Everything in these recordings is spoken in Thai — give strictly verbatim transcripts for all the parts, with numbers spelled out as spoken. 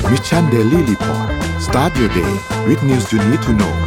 Mission Daily Report start your day with news you need to know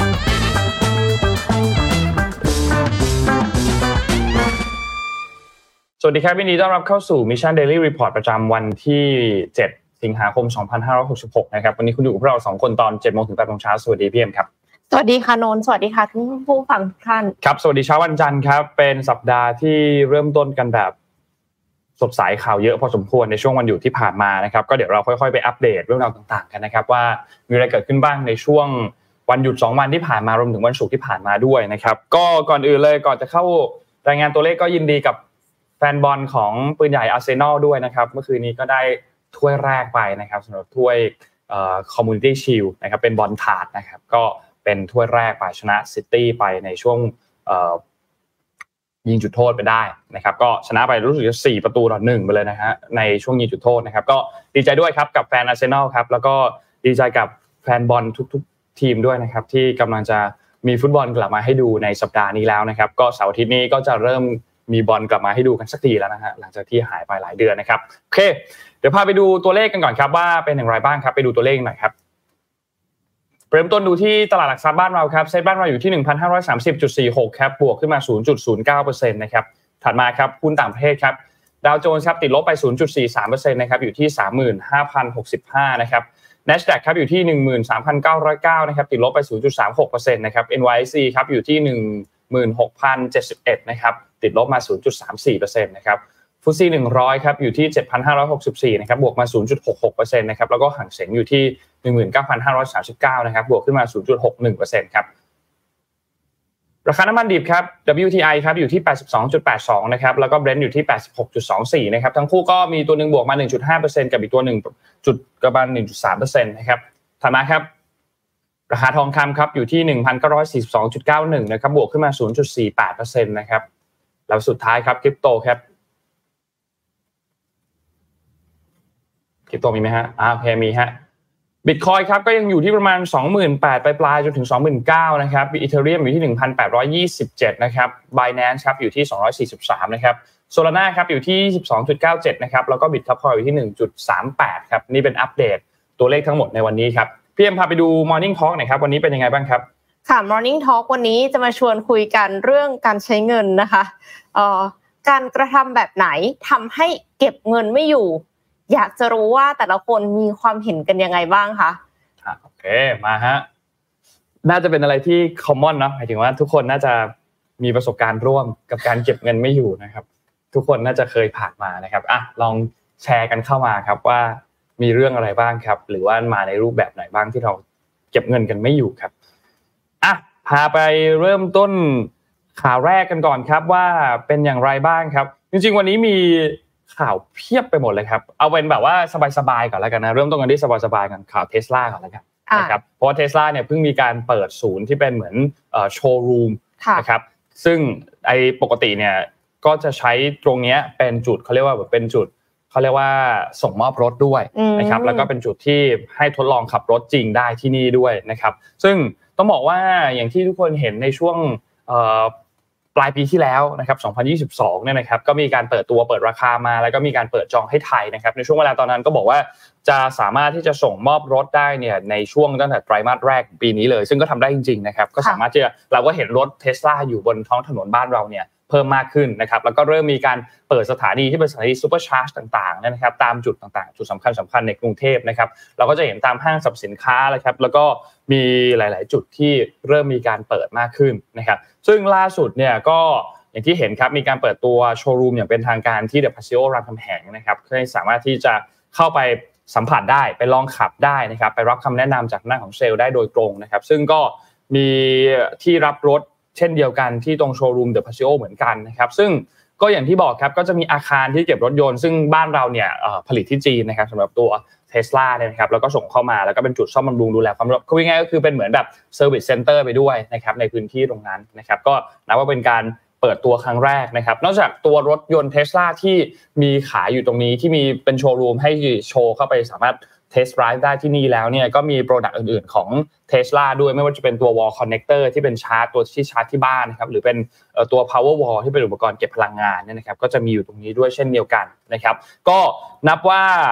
สวัสดีครับยินดีต้อนรับเข้าสู่ Mission Daily Report ประจำวันที่เจ็ดสิงหาคมสองพันห้าร้อยหกสิบหกนะครับวันนี้คุณอยู่กับพวกเราสองคนตอน เจ็ดโมง ถึง แปดโมง เช้าสวัสดีพี่เอ็มครับสวัสดีค่ะนนท์สวัสดีค่ะทุกผู้ฟังทุกท่านครับสวัสดีเช้าวันจันทร์ครับเป็นสัปดาห์ที่เริ่มต้นกันแบบสดใสข่าวเยอะพอสมควรในช่วงวันหยุดที่ผ่านมานะครับก็เดี๋ยวเราค่อยๆไปอัปเดตเรื่องราวต่างๆกันนะครับว่ามีอะไรเกิดขึ้นบ้างในช่วงวันหยุดสองวันที่ผ่านมารวมถึงวันศุกร์ที่ผ่านมาด้วยนะครับก็ก่อนอื่นเลยก่อนจะเข้ารายงานตัวเลขก็ยินดีกับแฟนบอลของปืนใหญ่อาร์เซนอลด้วยนะครับเมื่อคืนนี้ก็ได้ถ้วยแรกไปนะครับสำหรับถ้วยเอ่อ Community Shield นะครับเป็นบอลถาดนะครับก็เป็นถ้วยแรกไปชนะซิตี้ไปในช่วงเอ่อยิงจุดโทษไปได้นะครับก็ชนะไปรู้สึกจะสี่ประตูต่อหนึ่งไปเลยนะฮะในช่วงยิงจุดโทษนะครับก็ดีใจด้วยครับกับแฟนอาร์เซนอลครับแล้วก็ดีใจกับแฟนบอลทุกๆทีมด้วยนะครับที่กำลังจะมีฟุตบอลกลับมาให้ดูในสัปดาห์นี้แล้วนะครับก็เสาร์อาทิตย์นี้ก็จะเริ่มมีบอลกลับมาให้ดูกันสักทีแล้วนะฮะหลังจากที่หายไปหลายเดือนนะครับโอเคเดี๋ยวพาไปดูตัวเลขกันก่อนครับว่าเป็นอย่างไรบ้างครับไปดูตัวเลขหน่อยครับเริ่มต้นดูที่ตลาดหลักทรัพย์บ้านเราครับเซ็ตบ้านเราอยู่ที่ หนึ่งพันห้าร้อยสามสิบจุดสี่หก ครับบวกขึ้นมา ศูนย์จุดศูนย์เก้าเปอร์เซ็นต์ นะครับถัดมาครับหุ้นต่างประเทศครับดาวโจนส์ครับติดลบไป ศูนย์จุดสี่สามเปอร์เซ็นต์ นะครับอยู่ที่ สามหมื่นห้าพันหกสิบห้า นะครับ NASDAQ ครับอยู่ที่ หนึ่งหมื่นสามพันเก้าร้อยเก้า นะครับติดลบไป ศูนย์จุดสามหกเปอร์เซ็นต์ นะครับ เอ็น วาย เอส อี ครับอยู่ที่ หนึ่งหมื่นหกพันเจ็ดสิบเอ็ด นะครับติดลบมา ศูนย์จุดสามสี่เปอร์เซ็นต์ นะครับฟุตซี่หนึ่งร้อยครับอยู่ที่ เจ็ดพันห้าร้อยหกสิบสี่ นะครับบวกมา ศูนย์จุดหกหกเปอร์เซ็นต์ นะครับแล้วก็หางเส็งอยู่ที่ หนึ่งหมื่นเก้าพันห้าร้อยสามสิบเก้า นะครับบวกขึ้นมา ศูนย์จุดหกหนึ่งเปอร์เซ็นต์ ครับราคาน้ำมันดิบครับ ดับเบิลยู ที ไอ ครับอยู่ที่ แปดสิบสองจุดแปดสอง นะครับแล้วก็ Brent อยู่ที่ แปดสิบหกจุดสองสี่ นะครับทั้งคู่ก็มีตัวนึงบวกมา หนึ่งจุดห้าเปอร์เซ็นต์ กับอีกตัวนึงจุดประมาณ หนึ่งจุดสามเปอร์เซ็นต์ นะครับถัดมาครับราคาทองคำครับอยู่ที่ หนึ่งพันเก้าร้อยสี่สิบสองจุดเก้าหนึ่ง นะครับบวกขึ้นมา ศูนย์จุดสี่แปดเปอร์เซ็นต์ นะครับแล้วสุดท้ายครับคริปโตครับคริปโตมีมั้ยฮะอ่าโอเคมีฮะBitcoin ครับก็ยังอยู่ที่ประมาณ สองหมื่นแปดพัน ปลายๆจนถึง สองหมื่นเก้าพัน นะครับ Ethereum อยู่ที่ หนึ่งพันแปดร้อยยี่สิบเจ็ด นะครับ Binance ครับอยู่ที่สองร้อยสี่สิบสามนะครับ Solana ครับอยู่ที่ ยี่สิบสองจุดเก้าเจ็ด นะครับแล้วก็ Bitcoin อยู่ที่ หนึ่งจุดสามแปด ครับนี่เป็นอัปเดตตัวเลขทั้งหมดในวันนี้ครับพี่เอ็มพาไปดู Morning Talk หน่อยครับวันนี้เป็นยังไงบ้างครับค่ะ Morning Talk วันนี้จะมาชวนคุยกันเรื่องการใช้เงินนะคะเอ่อการกระทำแบบไหนทำให้เก็บเงินไม่อยู่อยากจะรู้ว่าแต่ละคนมีความเห็นกันยังไงบ้างคะอ่ะโอเคมาฮะน่าจะเป็นอะไรที่ common เนาะหมายถึงว่าทุกคนน่าจะมีประสบการณ์ร่วมกับการเก็บเงินไม่อยู่นะครับทุกคนน่าจะเคยผ่านมานะครับอ่ะลองแชร์กันเข้ามาครับว่ามีเรื่องอะไรบ้างครับหรือว่ามาในรูปแบบไหนบ้างที่เราเก็บเงินกันไม่อยู่ครับอ่ะพาไปเริ่มต้นข่าวแรกกันก่อนครับว่าเป็นอย่างไรบ้างครับจริงๆวันนี้มีข่าวเพียบไปหมดเลยครับเอาเป็นแบบว่าสบายๆก่อนแล้วกันนะเริ่มต้นกันที่สบายๆกันข่าว Tesla ก่อนแล้วกันนะครับเพราะว่า Tesla เนี่ยเพิ่งมีการเปิดศูนย์ที่เป็นเหมือนเอ่อโชว์รูมนะครับซึ่งไอ้ปกติเนี่ยก็จะใช้ตรงนี้เป็นจุดเค้าเรียกว่าแบบเป็นจุดเค้าเรียกว่าส่งมอบรถด้วยนะครับแล้วก็เป็นจุดที่ให้ทดลองขับรถจริงได้ที่นี่ด้วยนะครับซึ่งต้องบอกว่าอย่างที่ทุกคนเห็นในช่วงเอ่อปลายปีที่แล้วนะครับสองพันยี่สิบสองเนี่ยนะครับก็มีการเปิดตัวเปิดราคามาแล้วก็มีการเปิดจองให้ไทยนะครับในช่วงเวลาตอนนั้นก็บอกว่าจะสามารถที่จะส่งมอบรถได้เนี่ยในช่วงตั้งแต่ไตรมาสแรกของปีนี้เลยซึ่งก็ทำได้จริงๆนะครับก็สามารถที่จะเราก็เห็นรถ Tesla อยู่บนท้องถนนบ้านเราเนี่ยเพิ่มมากขึ้นนะครับแล้วก็เริ่มมีการเปิดสถานีที่เป็นสถานีซุปเปอร์ชาร์จต่างๆนะครับตามจุดต่างๆจุดสำคัญสำคัญในกรุงเทพนะครับเราก็จะเห็นตามห้างสรรพสินค้าเลยครับแล้วก็มีหลายๆจุดที่เริ่มมีการเปิดมากขึ้นนะครับซึ่งล่าสุดเนี่ยก็อย่างที่เห็นครับมีการเปิดตัวโชว์รูมอย่างเป็นทางการที่ The Paseo รามคำแหงนะครับเพื่อให้สามารถที่จะเข้าไปสัมผัสได้ไปลองขับได้นะครับไปรับคำแนะนำจากหน้าของเซลล์ได้โดยตรงนะครับซึ่งก็มีที่รับรถเช่นเดียวกันที่ตรงโชว์รูม The Paseo เหมือนกันนะครับซึ่งก็อย่างที่บอกครับก็จะมีอาคารที่เก็บรถยนต์ซึ่งบ้านเราเนี่ยผลิตที่จีนนะครับสำหรับตัว Tesla เนี่ยนะครับแล้วก็ส่งเข้ามาแล้วก็เป็นจุดซ่อมบำรุงดูแลความเรียบร้อยง่ายๆก็คือเป็นเหมือนแบบ Service Center ไปด้วยนะครับในพื้นที่ตรงนั้นนะครับก็นับว่าเป็นการเปิดตัวครั้งแรกนะครับนอกจากตัวรถยนต์ Tesla ที่มีขายอยู่ตรงนี้ที่มีเป็นโชว์รูมให้โชว์เข้าไปสามารถ test drive ได้ที่นี่แล้วเนี่ยก็มี product อื่นๆของ Tesla ด้วยไม่ว่าจะเป็นตัว wall connector ที่เป็นชาร์จตัวที่ชาร์จที่บ้านนะครับหรือเป็นตัว power wall ที่เป็นอุปกรณ์เก็บพลังงานเนี่ยนะครับก็จะมีอยู่ตรงนี้ด้วยเช่นเดียวกันนะครับก็นับว่าเ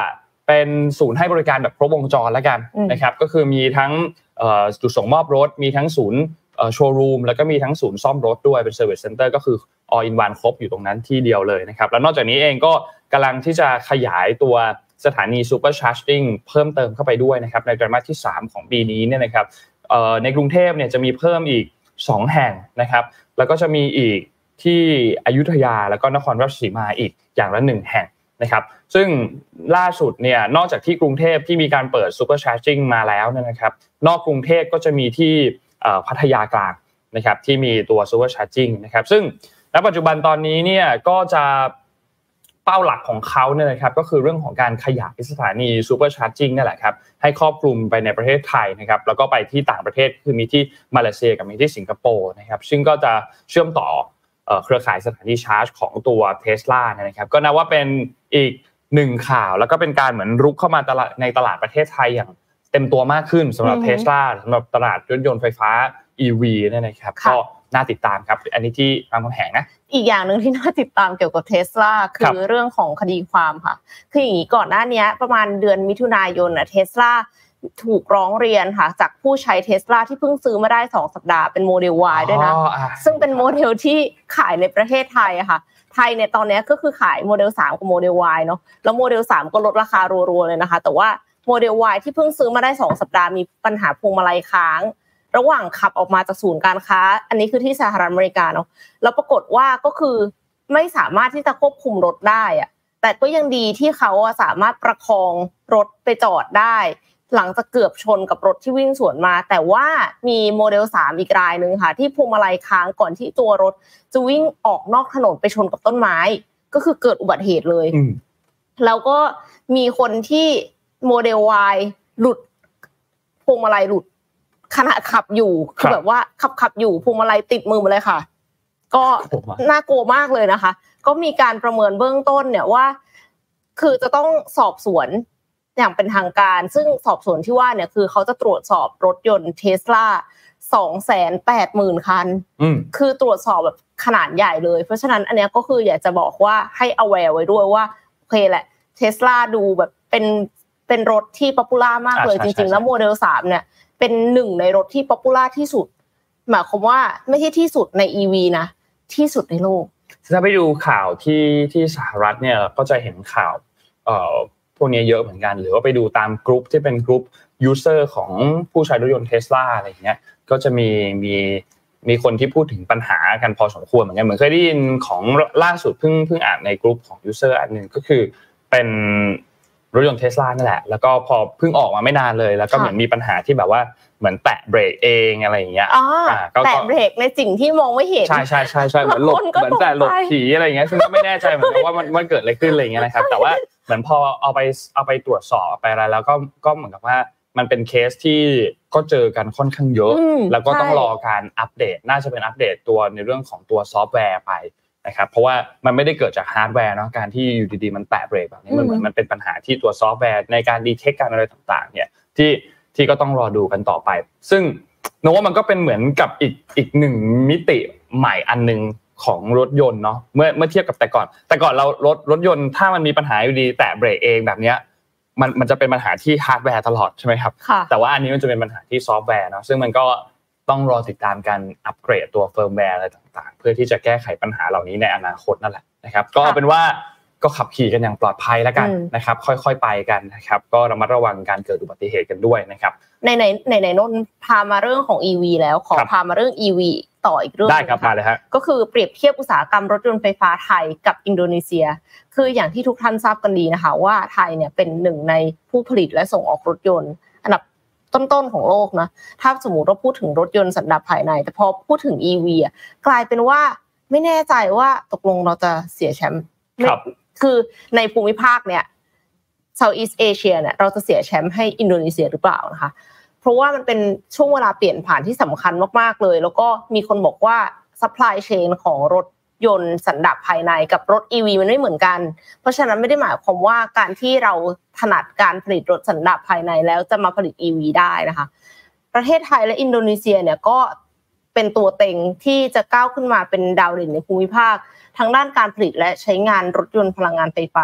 เป็นศูนย์ให้บริการแบบครบวงจรแล้วกันนะครับก็คือมีทั้งเอ่อจุดส่งมอบรถมีทั้งศูนย์เอ่อโชว์รูมแล้วก็มีทั้งศูนย์ซ่อมรถด้วยเป็น service center ก็คือ all in one ครบอยู่ตรงนั้นที่เดียวเลยนะครับแล้วนอกจากนี้เองก็กำลังที่จะขยายตัวสถานี super charging เพิ่มเติมเข้าไปด้วยนะครับในไตรมาสที่สามของปีนี้เนี่ยนะครับเอ่อในกรุงเทพเนี่ยจะมีเพิ่มอีกสองแห่งนะครับแล้วก็จะมีอีกที่อยุธยาแล้วก็นครราชสีมาอีกอย่างละหนึ่งแห่งนะครับซึ่งล่าสุดเนี่ยนอกจากที่กรุงเทพที่มีการเปิด super charging มาแล้วเนี่ยนะครับนอกกรุงเทพก็จะมีที่เอ่อพัทยากลางนะครับที่มีตัว super charging นะครับซึ่งณปัจจุบันตอนนี้เนี่ยก็จะเป้าหลักของเขาเนี่ยนะครับก็คือเรื่องของการขยายสถานี super charging นั่นแหละครับให้ครอบคลุมไปในประเทศไทยนะครับแล้วก็ไปที่ต่างประเทศคือมีที่มาเลเซียกับมีที่สิงคโปร์นะครับซึ่งก็จะเชื่อมต่อเอ่อเครือข่ายสถานีชาร์จของตัว Tesla นะครับก็นับว่าเป็นอีกหนึ่งข่าวแล้วก็เป็นการเหมือนรุกเข้ามาตลาดในตลาดประเทศไทยอย่างเต็มตัวมากขึ้นสำหรับ Tesla สำหรับตลาดรถยนต์ไฟฟ้า อี วี เนี่ยนะครับก็น่าติดตามครับอันนี้ที่รามคำแหงนะอีกอย่างนึงที่น่าติดตามเกี่ยวกับ Tesla คือเรื่องของคดีความค่ะคืออย่างนี้ก่อนหน้านี้ประมาณเดือนมิถุนายนน่ะ Tesla ถูกร้องเรียนค่ะจากผู้ใช้ Tesla ที่เพิ่งซื้อมาได้สองสัปดาห์เป็นโมเดล Y ด้วยนะซึ่งเป็นโมเดลที่ขายในประเทศไทยอะค่ะไทยเนี่ยตอนนี้ก็คือขายโมเดลสามกับโมเดล Y เนาะแล้วโมเดลสามก็ลดราคารัวๆเลยนะคะแต่ว่าโมเดล Y ที่เพิ่งซื้อมาได้สองสัปดาห์มีปัญหาพวงมาลัยค้างระหว่างขับออกมาจากศูนย์การค้าอันนี้คือที่สหรัฐอเมริกาเนาะแล้วปรากฏว่าก็คือไม่สามารถที่จะควบคุมรถได้อะแต่ก็ยังดีที่เขาสามารถประคองรถไปจอดได้หลังจากเกือบชนกับรถที่วิ่งสวนมาแต่ว่ามีโมเดลสามอีกรายนึงค่ะที่พวงมาลัยค้างก่อนที่ตัวรถจะวิ่งออกนอกถนนไปชนกับต้นไม้ก็คือเกิดอุบัติเหตุเลยแล้วก็มีคนที่โมเดล Y หลุดพวงมาลัยหลุดขณะขับอยู่คือแบบว่าขับขับอยู่พวงมาลัยติดมือมาเลยค่ะก็น่ากลัวมากเลยนะคะก็มีการประเมินเบื้องต้นเนี่ยว่าคือจะต้องสอบสวนอย่างเป็นทางการซึ่งสอบสวนที่ว่าเนี่ยคือเขาจะตรวจสอบรถยนต์ Tesla สองแสนแปดหมื่น คันคือตรวจสอบแบบขนาดใหญ่เลยเพราะฉะนั้นอันเนี้ยก็คืออยากจะบอกว่าให้ aware ไว้ด้วยว่าโอเคแหละ Tesla ดูแบบเป็นเป็นรถที่ป๊อปปูล่ามากเลยจริงๆแล้วโมเดลสามเนี่ยเป็นหนึ่งในรถที่ป๊อปปูล่าที่สุดหมายความว่าไม่ใช่ที่สุดใน อี วี นะที่สุดในโลกถ้าไปดูข่าวที่ที่สหรัฐเนี่ยก็จะเห็นข่าวเอ่อพวกนี้เยอะเหมือนกันหรือว่าไปดูตามกลุ่มที่เป็นกลุ่มยูเซอร์ของผู้ใช้รถยนต์ Tesla อะไรอย่างเงี้ยก็จะมีมีมีคนที่พูดถึงปัญหากันพอสมควรเหมือนกันเหมือนเคยได้ยินของล่าสุดเพิ่งเพิ่งอ่านในกลุ่มของยูเซอร์อันนึงก็คือเป็นรถยนต์ Tesla นั่นแหละแล้วก็พอเพิ่งออกมาไม่นานเลยแล้วก็เหมือนมีปัญหาที่แบบว่าเหมือนแตะเบรกเองอะไรอย่างเงี้ยอ่าแตะเบรกในสิ่งที่มองไม่เห็นใช่ๆๆๆเหมือนหลบเหมือนแต่หลบผีอะไรอย่างเงี้ยซึ่งก็ไม่แน่ใจเหมือนกันว่ามันมันเกิดอะไรขึ้นอะไรอย่างเงี้ยนะครับแต่ว่าเหมือนพอเอาไปเอาไปตรวจสอบไปอะไรแล้วก็ก็เหมือนกับว่ามันเป็นเคสที่ก็เจอกันค่อนข้างเยอะแล้วก็ต้องรอการอัปเดตน่าจะเป็นอัปเดตตัวในเรื่องของตัวซอฟต์แวร์ไปนะครับเพราะว่ามันไม่ได้เกิดจากฮาร์ดแวร์เนาะการที่อยู่ดีๆมันแตะเบรกแบบนี้มันเหมือนมันเป็นปัญหาที่ตัวซอฟต์แวร์ในการดีเทคการอะไรต่างๆเนี่ยที่ที่ก็ต้องรอดูกันต่อไปซึ่งโน้ว่ามันก็เป็นเหมือนกับอีกอีกหนึ่งมิติใหม่อันนึงของรถยนต์เนาะเมื่อเมื่อเทียบกับแต่ก่อนแต่ก่อนเรารถรถยนต์ถ้ามันมีปัญหาอยู่ดีแตะเบรกเองแบบเนี้ยมันมันจะเป็นปัญหาที่ฮาร์ดแวร์ตลอดใช่ไหมครับแต่ว่าอันนี้มันจะเป็นปัญหาที่ซอฟต์แวร์เนาะซึ่งมันก็ต้องรอติดตามการอัปเกรดตัวเฟิร์มแวร์อะไรต่างๆเพื่อที่จะแก้ไขปัญหาเหล่านี้ในอนาคตนั่นแหละนะครับก็เอาเป็นว่าก็ขับขี่กันอย่างปลอดภัยแล้วกันนะครับค่อยๆไปกันนะครับก็ระมัดระวังการเกิดอุบัติเหตุกันด้วยนะครับในในในในนนพามาเรื่องของ อี วี แล้วขอพามาเรื่อง อี วี ต่ออีกเรื่องได้ครับมาเลยฮะก็คือเปรียบเทียบอุตสาหกรรมรถยนต์ไฟฟ้าไทยกับอินโดนีเซียคืออย่างที่ทุกท่านทราบกันดีนะคะว่าไทยเนี่ยเป็นหนึ่งในผู้ผลิตและส่งออกรถยนต์อันดับต้นๆของโลกนะถ้าสมมุติเราพูดถึงรถยนต์สันดาปภายในแต่พอพูดถึง อี วี อ่ะกลายเป็นว่าไม่แน่ใจว่าตกลงเราจะเสียแชมป์คือในภูมิภาคเนี่ย Southeast Asia เนี่ยเราจะเสียแชมป์ให้อินโดนีเซียหรือเปล่านะคะเพราะว่ามันเป็นช่วงเวลาเปลี่ยนผ่านที่สำคัญมากๆเลยแล้วก็มีคนบอกว่า supply chain ของรถยนต์สันดาปภายในกับรถ อี วี มันไม่เหมือนกันเพราะฉะนั้นไม่ได้หมายความว่าการที่เราถนัดการผลิตรถสันดาปภายในแล้วจะมาผลิต อี วี ได้นะคะประเทศไทยและอินโดนีเซียเนี่ยก็เป็นตัวเต็งที่จะก้าวขึ้นมาเป็นดาวเด่นในภูมิภาคทั้งด้านการผลิตและใช้งานรถยนต์พลังงานไฟฟ้า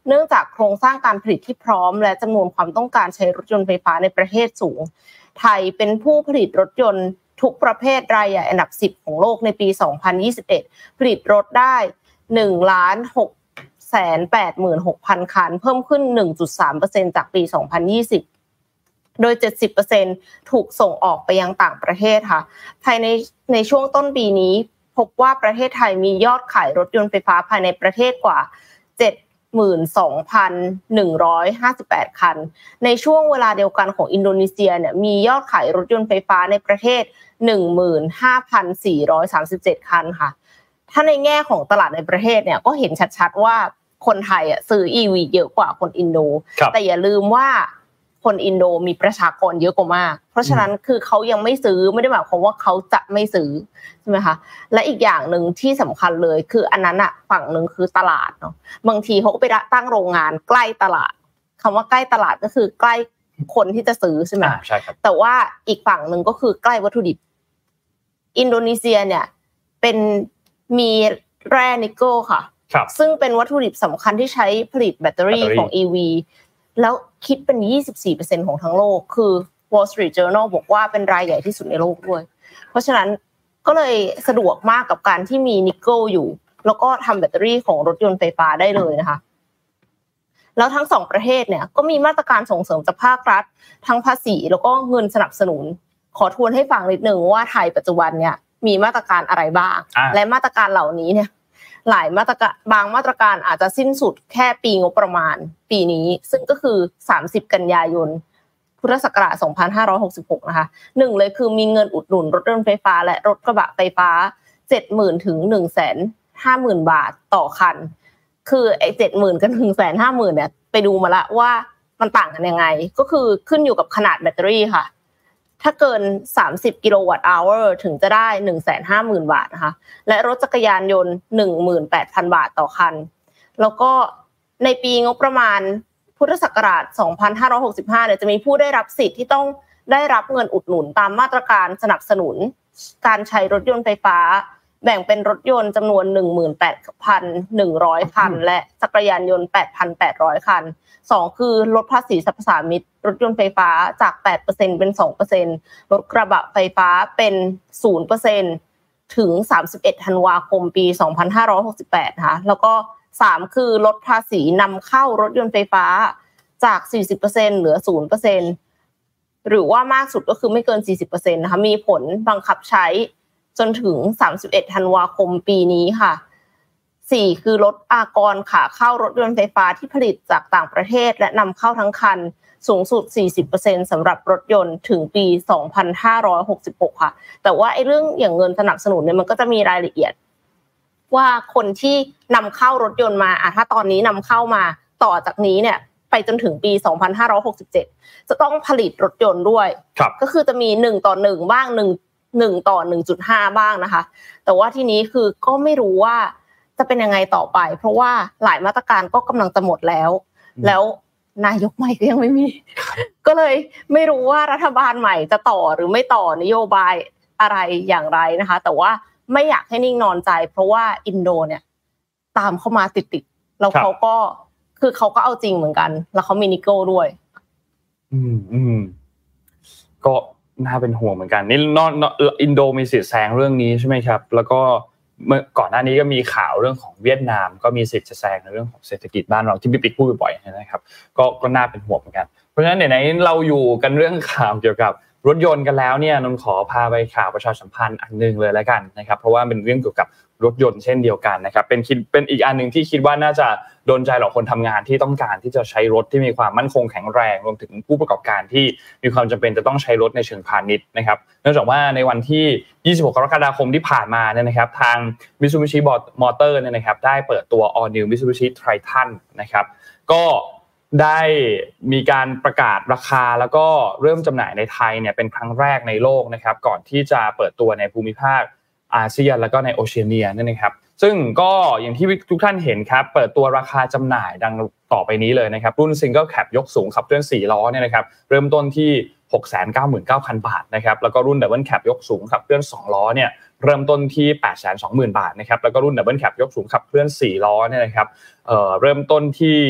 เนื่องจากโครงสร้างการผลิตที่พร้อมและจำนวนความต้องการใช้รถยนต์ไฟฟ้าในประเทศสูงไทยเป็นผู้ผลิตรถยนต์ทุกประเภทรายใหญ่อันดับสิบของโลกในปีสองพันยี่สิบเอ็ดผลิตรถได้ หนึ่งล้านหกแสนแปดหมื่นหกพัน คันเพิ่มขึ้น หนึ่งจุดสามเปอร์เซ็นต์ จากปีสองพันยี่สิบโดย เจ็ดสิบเปอร์เซ็นต์ ถูกส่งออกไปยังต่างประเทศค่ะภายในในช่วงต้นปีนี้พบว่าประเทศไทยมียอดขายรถยนต์ไฟฟ้าภายในประเทศกว่า เจ็ดหมื่นสองพันหนึ่งร้อยห้าสิบแปด คันในช่วงเวลาเดียวกันของอินโดนีเซียเนี่ยมียอดขายรถยนต์ไฟฟ้าในประเทศ หนึ่งหมื่นห้าพันสี่ร้อยสามสิบเจ็ด คันค่ะถ้าในแง่ของตลาดในประเทศเนี่ยก็เห็นชัดๆว่าคนไทยอ่ะซื้อ อี วี เยอะกว่าคนอินโดแต่อย่าลืมว่าคนอินโดมีประชากรเยอะกว่ามากเพราะฉะนั้นคือเขายังไม่ซื้อไม่ได้หมายความว่าเขาจะไม่ซื้อใช่ไหมคะและอีกอย่างนึงที่สำคัญเลยคืออันนั้นอ่ะฝั่งนึงคือตลาดเนาะบางทีเขาก็ไปตั้งโรงงานใกล้ตลาดคำว่าใกล้ตลาดก็คือใกล้คนที่จะซื้อใช่ไหมใช่ครับแต่ว่าอีกฝั่งนึงก็คือใกล้วัตถุดิบอินโดนีเซียเนี่ยเป็นมีแร่นิกเกิลค่ะซึ่งเป็นวัตถุดิบสำคัญที่ใช้ผลิตแบตเตอรี่ของ อี วี แล้วคิดเป็น ยี่สิบสี่เปอร์เซ็นต์ ของทั้งโลกคือ Wall Street Journal บอกว่าเป็นรายใหญ่ที่สุดในโลกด้วยเพราะฉะนั้นก็เลยสะดวกมากกับการที่มีนิกเกิลอยู่แล้วก็ทำแบตเตอรี่ของรถยนต์ไฟฟ้าได้เลยนะคะแล้วทั้งสองประเทศเนี่ยก็มีมาตรการส่งเสริมจากภาครัฐทั้งภาษีแล้วก็เงินสนับสนุนขอทวนให้ฟังนิดนึงว่าไทยปัจจุบันเนี่ยมีมาตรการอะไรบ้างและมาตรการเหล่านี้เนี่ยหลายมาตรการบางมาตรการอาจจะสิ้นสุดแค่ปีงบประมาณปีนี้ซึ่งก็คือสามสิบกันยายนพุทธศักราชสองพันห้าร้อยหกสิบหกนะคะหนึ่งเลยคือมีเงินอุดหนุนรถยนต์ไฟฟ้าและรถกระบะไฟฟ้า เจ็ดหมื่น ถึง หนึ่งแสนห้าหมื่น บาทต่อคันคือไอ้ เจ็ดหมื่น กับ หนึ่งแสนห้าหมื่น เนี่ยไปดูมาละว่ามันต่างกันยังไงก็คือขึ้นอยู่กับขนาดแบตเตอรี่ค่ะถ้าเกินสามสิบกิโลวัตต์อเวอร์ถึงจะได้ หนึ่งแสนห้าหมื่น บาทนะคะและรถจักรยานยนต์ หนึ่งหมื่นแปดพัน บาทต่อคันแล้วก็ในปีงบประมาณพุทธศักราชสองพันห้าร้อยหกสิบห้าเนี่ยจะมีผู้ได้รับสิทธิ์ที่ต้องได้รับเงินอุดหนุนตามมาตรการสนับสนุนการใช้รถยนต์ไฟฟ้าแบ่งเป็นรถยนต์จำนวน หนึ่งหมื่นแปดพันหนึ่งร้อย คันและจักรยานยนต์ แปดพันแปดร้อย คันสองคือลดภาษีสรรพสามิตรถยนต์ไฟฟ้าจาก แปดเปอร์เซ็นต์ เป็น สองเปอร์เซ็นต์ รถกระบะไฟฟ้าเป็น ศูนย์เปอร์เซ็นต์ ถึงสามสิบเอ็ดธันวาคมปีสองพันห้าร้อยหกสิบแปดนะคะแล้วก็สามคือลดภาษีนำเข้ารถยนต์ไฟฟ้าจาก สี่สิบเปอร์เซ็นต์ เหลือ ศูนย์เปอร์เซ็นต์ หรือว่ามากสุดก็คือไม่เกิน สี่สิบเปอร์เซ็นต์ นะคะมีผลบังคับใช้จนถึงสามสิบเอ็ดธันวาคมปีนี้ค่ะสี่คือลดอากรขาเข้ารถยนต์ไฟฟ้าที่ผลิตจากต่างประเทศและนำเข้าทั้งคันสูงสุด สี่สิบเปอร์เซ็นต์ สำหรับรถยนต์ถึงปีสองพันห้าร้อยหกสิบหกค่ะแต่ว่าไอ้เรื่องอย่างเงินสนับสนุนเนี่ยมันก็จะมีรายละเอียดว่าคนที่นำเข้ารถยนต์มาอ่ะถ้าตอนนี้นำเข้ามาต่อจากนี้เนี่ยไปจนถึงปีสองพันห้าร้อยหกสิบเจ็ดจะต้องผลิตรถยนต์ด้วยก็คือจะมีหนึ่งต่อหนึ่งบ้างหนึ่ง หนึ่งต่อ หนึ่งจุดห้า บ้างนะคะแต่ว่าทีนี้คือก็ไม่รู้ว่าจะเป็นยังไงต่อไปเพราะว่าหลายมาตรการก็กำลังจะหมดแล้วแล้วนายกใหม่ก็ยังไม่มีก็เลยไม่รู้ว่ารัฐบาลใหม่จะต่อหรือไม่ต่อนโยบายอะไรอย่างไรนะคะแต่ว่าไม่อยากให้นิ่งนอนใจเพราะว่าอินโดเนี่ยตามเข้ามาติดๆแล้วเขาก็คือเขาก็เอาจริงเหมือนกันแล้วเขามีนิกเกิลด้วยอืมอืมก็น่าเป็นห่วงเหมือนกันนี่นอกอินโดมีสิทธิ์แซงเรื่องนี้ใช่ไหมครับแล้วก็เมื่อก่อนหน้านี้ก็มีข่าวเรื่องของเวียดนามก็มีสิทธิ์จะแซงในเรื่องของเศรษฐกิจบ้านเราที่พี่ปิ๊กพูดบ่อยๆนะครับก็ก็น่าเป็นห่วงเหมือนกันเพราะฉะนั้นไหนๆเราอยู่กันเรื่องข่าวเกี่ยวกับรถยนต์กันแล้วเนี่ยนนขอพาไปข่าวประชาสัมพันธ์อันนึงเลยแล้วกันนะครับเพราะว่าเป็นเรื่องเกี่ยวกับรถยนต์เช่นเดียวกันนะครับเป็นคิดเป็นอีกอันนึงที่คิดว่าน่าจะโดนใจเหล่าคนทำงานที่ต้องการที่จะใช้รถที่มีความมั่นคงแข็งแรงรวมถึงผู้ประกอบการที่มีความจำเป็นจะต้องใช้รถในเชิงพาณิชย์นะครับเนื่องจากว่าในวันที่ยี่สิบหกกรกฎาคมที่ผ่านมาเนี่ยนะครับทาง Mitsubishi Motor เนี่ยนะครับได้เปิดตัว All New Mitsubishi Triton นะครับก็ได้มีการประกาศราคาแล้วก็เริ่มจำหน่ายในไทยเนี่ยเป็นครั้งแรกในโลกนะครับก่อนที่จะเปิดตัวในภูมิภาคอาเซียนแล้วก็ในโอเชียเนียนั่นนะครับซึ่งก็อย่างที่ทุกท่านเห็นครับเปิดตัวราคาจำหน่ายดังต่อไปนี้เลยนะครับรุ่น Single Cab ยกสูงขับเคลื่อนสี่ล้อเนี่ยนะครับเริ่มต้นที่ หกแสนเก้าหมื่นเก้าพัน บาทนะครับแล้วก็รุ่น Double Cab ยกสูงขับเคลื่อนสองล้อเนี่ยเริ่มต้นที่ แปดแสนสองหมื่น บาทนะครับแล้วก็รุ่น Double Cab ยกสูงขับเคลื่อนสี่ล้อเนี่ยนะครับเอ่อเริ่มต้นที่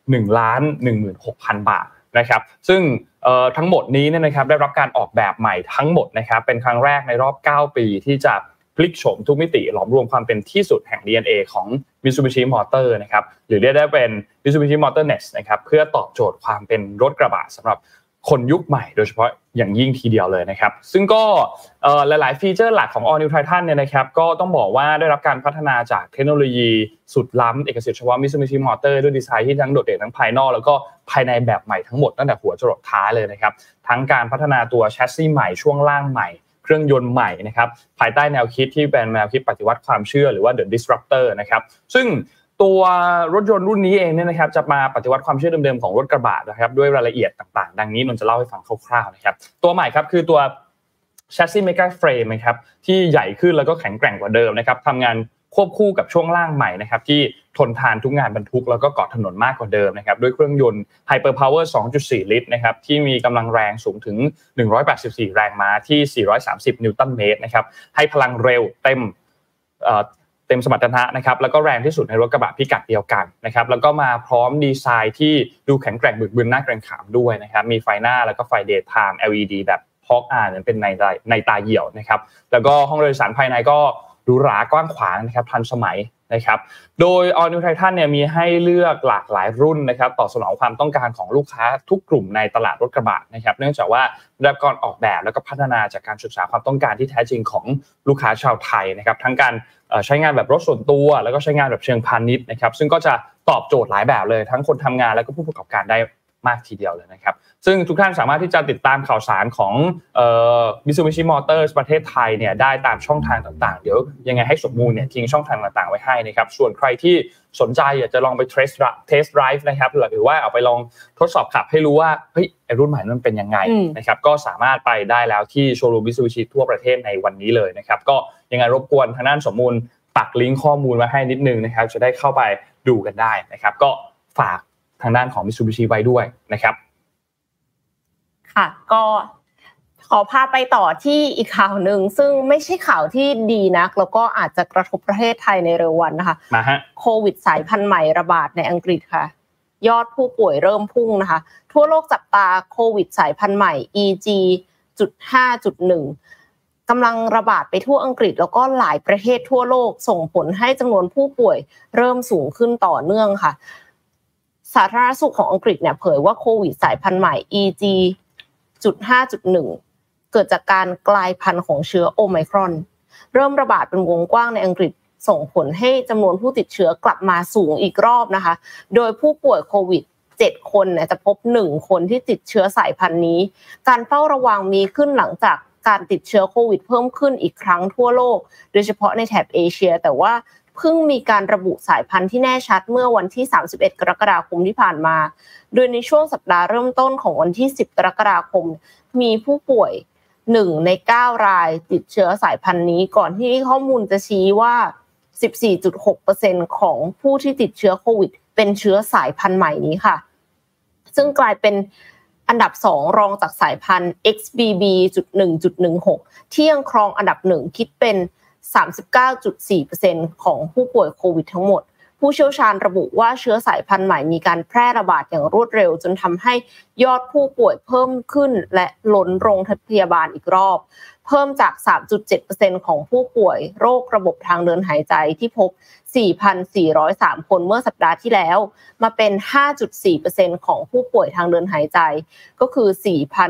หนึ่งล้านหนึ่งหมื่นหกพัน บาทนะครับซึ่งเอ่อทั้งหมดนี้เนี่ยนะครับได้รับการออกแบบใหม่ทั้งหมดนะครับเป็นครั้งแรกในรอบเก้าปีที่จะพลิกโฉมทุกมิติหลอมรวมความเป็นที่สุดแห่ง ดี เอ็น เอ ของ Mitsubishi Motors นะครับหรือเรียกได้เป็น Mitsubishi Motors Next นะครับเพื่อตอบโจทย์ความเป็นรถกระบะสำหรับคนยุคใหม่โดยเฉพาะอย่างยิ่งทีเดียวเลยนะครับซึ่งก็เอ่อหลายๆฟีเจอร์หลักของ All New Titan เนี่ยนะครับก็ต้องบอกว่าได้รับการพัฒนาจากเทคโนโลยีสุดล้ำเอกสิทธิ์เฉพาะ Mitsubishi Motors ด้วยดีไซน์ที่ทั้งโดดเด่นทั้งภายนอกแล้วก็ภายในแบบใหม่ทั้งหมดตั้งแต่หัวจรดท้ายเลยนะครับทั้งการพัฒนาตัวแชสซีใหม่ช่วงล่างใหม่เครื่องยนต์ใหม่นะครับภายใต้แนวคิดที่เป็นแนวคิดปฏิวัติความเชื่อหรือว่า The Disruptor นะครับซึ่งตัวรถยนต์รุ่นนี้เองเนี่ยนะครับจะมาปฏิวัติความเชื่อเดิมๆของรถกระบะนะครับด้วยรายละเอียดต่างๆดังนี้นนจะเล่าให้ฟังคร่าวๆนะครับตัวใหม่ครับคือตัว Chassis Mega Frame นะครับที่ใหญ่ขึ้นแล้วก็แข็งแกร่งกว่าเดิมนะครับทำงานควบคู่กับช่วงล่างใหม่นะครับที่ทนทานทุกงานบรรทุกแล้วก็เกาะถนนมากกว่าเดิมนะครับด้วยเครื่องยนต์ Hyper Power สองจุดสี่ ลิตรนะครับที่มีกำลังแรงสูงถึงหนึ่งร้อยแปดสิบสี่แรงม้าที่สี่ร้อยสามสิบนิวตันเมตรนะครับให้พลังเร็วเต็มเอ่อเต็มสมรรถนะนะครับแล้วก็แรงที่สุดในรถกระบะพิกัดเดียวกันนะครับแล้วก็มาพร้อมดีไซน์ที่ดูแข็งแกร่งบึกบึนน่าเกรงขามด้วยนะครับมีไฟหน้าแล้วก็ไฟ Daytime แอล อี ดี แบบฮอกอายนั้นเป็นในในตาเหี่ยวนะครับแล้วก็ห้องโดยสารภายในก็หรูหรากว้างขวางนะครับทันสมัยนะครับโดย All New Titan เนี่ยมีให้เลือกหลากหลายรุ่นนะครับตอบสนองความต้องการของลูกค้าทุกกลุ่มในตลาดรถกระบะนะครับเนื่องจากว่าได้รับการออกแบบแล้วก็พัฒนาจากการศึกษาความต้องการที่แท้จริงของลูกค้าชาวไทยนะครับทั้งการใช้งานแบบรถส่วนตัวแล้วก็ใช้งานแบบเชิงพาณิชย์นะครับซึ่งก็จะตอบโจทย์หลายแบบเลยทั้งคนทำงานแล้วก็ผู้ประกอบการได้มากทีเดียวเลยนะครับซึ่งทุกท่านสามารถที่จะติดตามข่าวสารของเอ่อ Mitsubishi Motors ประเทศไทยเนี่ยได้ตามช่องทางต่างๆเดี๋ยวยังไงให้สมบูรณ์เนี่ยทิ้งช่องทางต่างๆไว้ให้นะครับส่วนใครที่สนใจอยากจะลองไป test test drive นะครับหรือว่าเอาไปลองทดสอบขับให้รู้ว่าเฮ้ยไอ้รุ่นใหม่นั้นเป็นยังไงนะครับก็สามารถไปได้แล้วที่โชว์รูม Mitsubishi ทั่วประเทศในวันนี้เลยนะครับก็ยังไงรบกวนทางด้านสมมูลปักลิงก์ข้อมูลมาให้นิดนึงนะครับจะได้เข้าไปดูกันได้นะครับก็ฝากทางด้านของ Mitsubishi ไว้ด้วยนะครับค่ะก็ขอพาไปต่อที่อีกข่าวนึงซึ่งไม่ใช่ข่าวที่ดีนักแล้วก็อาจจะกระทบประเทศไทยในเร็ววันนะคะมาฮะโควิดสายพันธุ์ใหม่ระบาดในอังกฤษค่ะยอดผู้ป่วยเริ่มพุ่งนะคะทั่วโลกจับตาโควิดสายพันธุ์ใหม่ อี จี จุด ห้า จุด หนึ่ง กำลังระบาดไปทั่วอังกฤษแล้วก็หลายประเทศทั่วโลกส่งผลให้จำนวนผู้ป่วยเริ่มสูงขึ้นต่อเนื่องค่ะสาธารณสุขของอังกฤษเนี่ยเผยว่าโควิดสายพันธุ์ใหม่ อี จี จุด ห้า จุด หนึ่ง เกิดจากการกลายพันธุ์ของเชื้อโอไมครอนเริ่มระบาดเป็นวงกว้างในอังกฤษส่งผลให้จำนวนผู้ติดเชื้อกลับมาสูงอีกรอบนะคะโดยผู้ป่วยโควิดเจ็ดคนเนี่ยจะพบหนึ่งคนที่ติดเชื้อสายพันธุ์นี้การเฝ้าระวังมีขึ้นหลังจากการติดเชื้อโควิดเพิ่มขึ้นอีกครั้งทั่วโลกโดยเฉพาะในแถบเอเชียแต่ว่าเพิ่งมีการระบุสายพันธุ์ที่แน่ชัดเมื่อวันที่สามสิบเอ็ดกรกฎาคมที่ผ่านมาโดยในช่วงสัปดาห์เริ่มต้นของวันที่สิบกรกฎาคมมีผู้ป่วยหนึ่งในเก้ารายติดเชื้อสายพันธุ์นี้ก่อนที่ข้อมูลจะชี้ว่า สิบสี่จุดหกเปอร์เซ็นต์ ของผู้ที่ติดเชื้อโควิดเป็นเชื้อสายพันธุ์ใหม่นี้ค่ะซึ่งกลายเป็นอันดับสองรองจากสายพันธุ์ เอ็กซ์ บี บี จุด หนึ่ง จุด หนึ่งหก ที่ยังครองอันดับหนึ่งคิดเป็น สามสิบเก้าจุดสี่เปอร์เซ็นต์ ของผู้ป่วยโควิดทั้งหมดผู้เชี่ยวชาญระบุว่าเชื้อสายพันธุ์ใหม่มีการแพร่ระบาดอย่างรวดเร็วจนทำให้ยอดผู้ป่วยเพิ่มขึ้นและล้นโรงพยาบาลอีกรอบเพิ่มจาก สามจุดเจ็ดเปอร์เซ็นต์ ของผู้ป่วยโรคระบบทางเดินหายใจที่พบ สี่พันสี่ร้อยสาม คนเมื่อสัปดาห์ที่แล้วมาเป็น ห้าจุดสี่เปอร์เซ็นต์ ของผู้ป่วยทางเดินหายใจก็คือ สี่พัน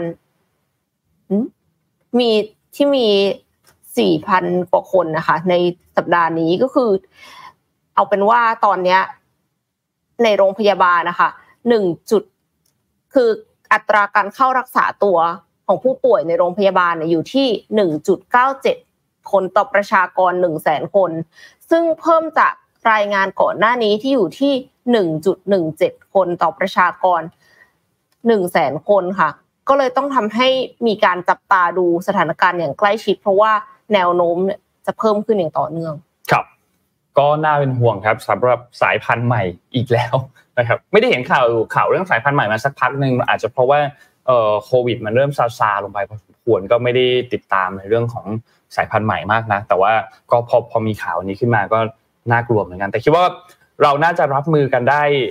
มีที่มี สี่พัน กว่าคนนะคะในสัปดาห์นี้ก็คือเอาเป็นว่าตอนนี้ในโรงพยาบาลนะคะหนึ่งจุดคืออัตราการเข้ารักษาตัวของผู้ป่วยในโรงพยาบาลเนี่ยอยู่ที่ หนึ่งจุดเก้าเจ็ด คนต่อประชากร หนึ่งแสน คนซึ่งเพิ่มจากรายงานก่อนหน้านี้ที่อยู่ที่ หนึ่งจุดหนึ่งเจ็ด คนต่อประชากร หนึ่งแสน คนค่ะก็เลยต้องทำให้มีการจับตาดูสถานการณ์อย่างใกล้ชิดเพราะว่าแนวโน้มเนี่ยจะเพิ่มขึ้นอย่างต่อเนื่องครับก็น่าเป็นห่วงครับสำหรับสายพันธุ์ใหม่อีกแล้วนะครับไม่ได้เห็นข่าวข่าวเรื่องสายพันธุ์ใหม่มาสักพักนึงอาจจะเพราะว่าเอ่อโควิดมันเริ่มซาๆลงไปพอสมควรก็ไม่ได้ติดตามในเรื่องของสายพันธุ์ใหม่มากนะแต่ว่าก็พอพอมีข่าวนี้ขึ้นมาก็น่ากลัวเหมือนกันแต่คิดว่าเราน่าจะรับมือกันได้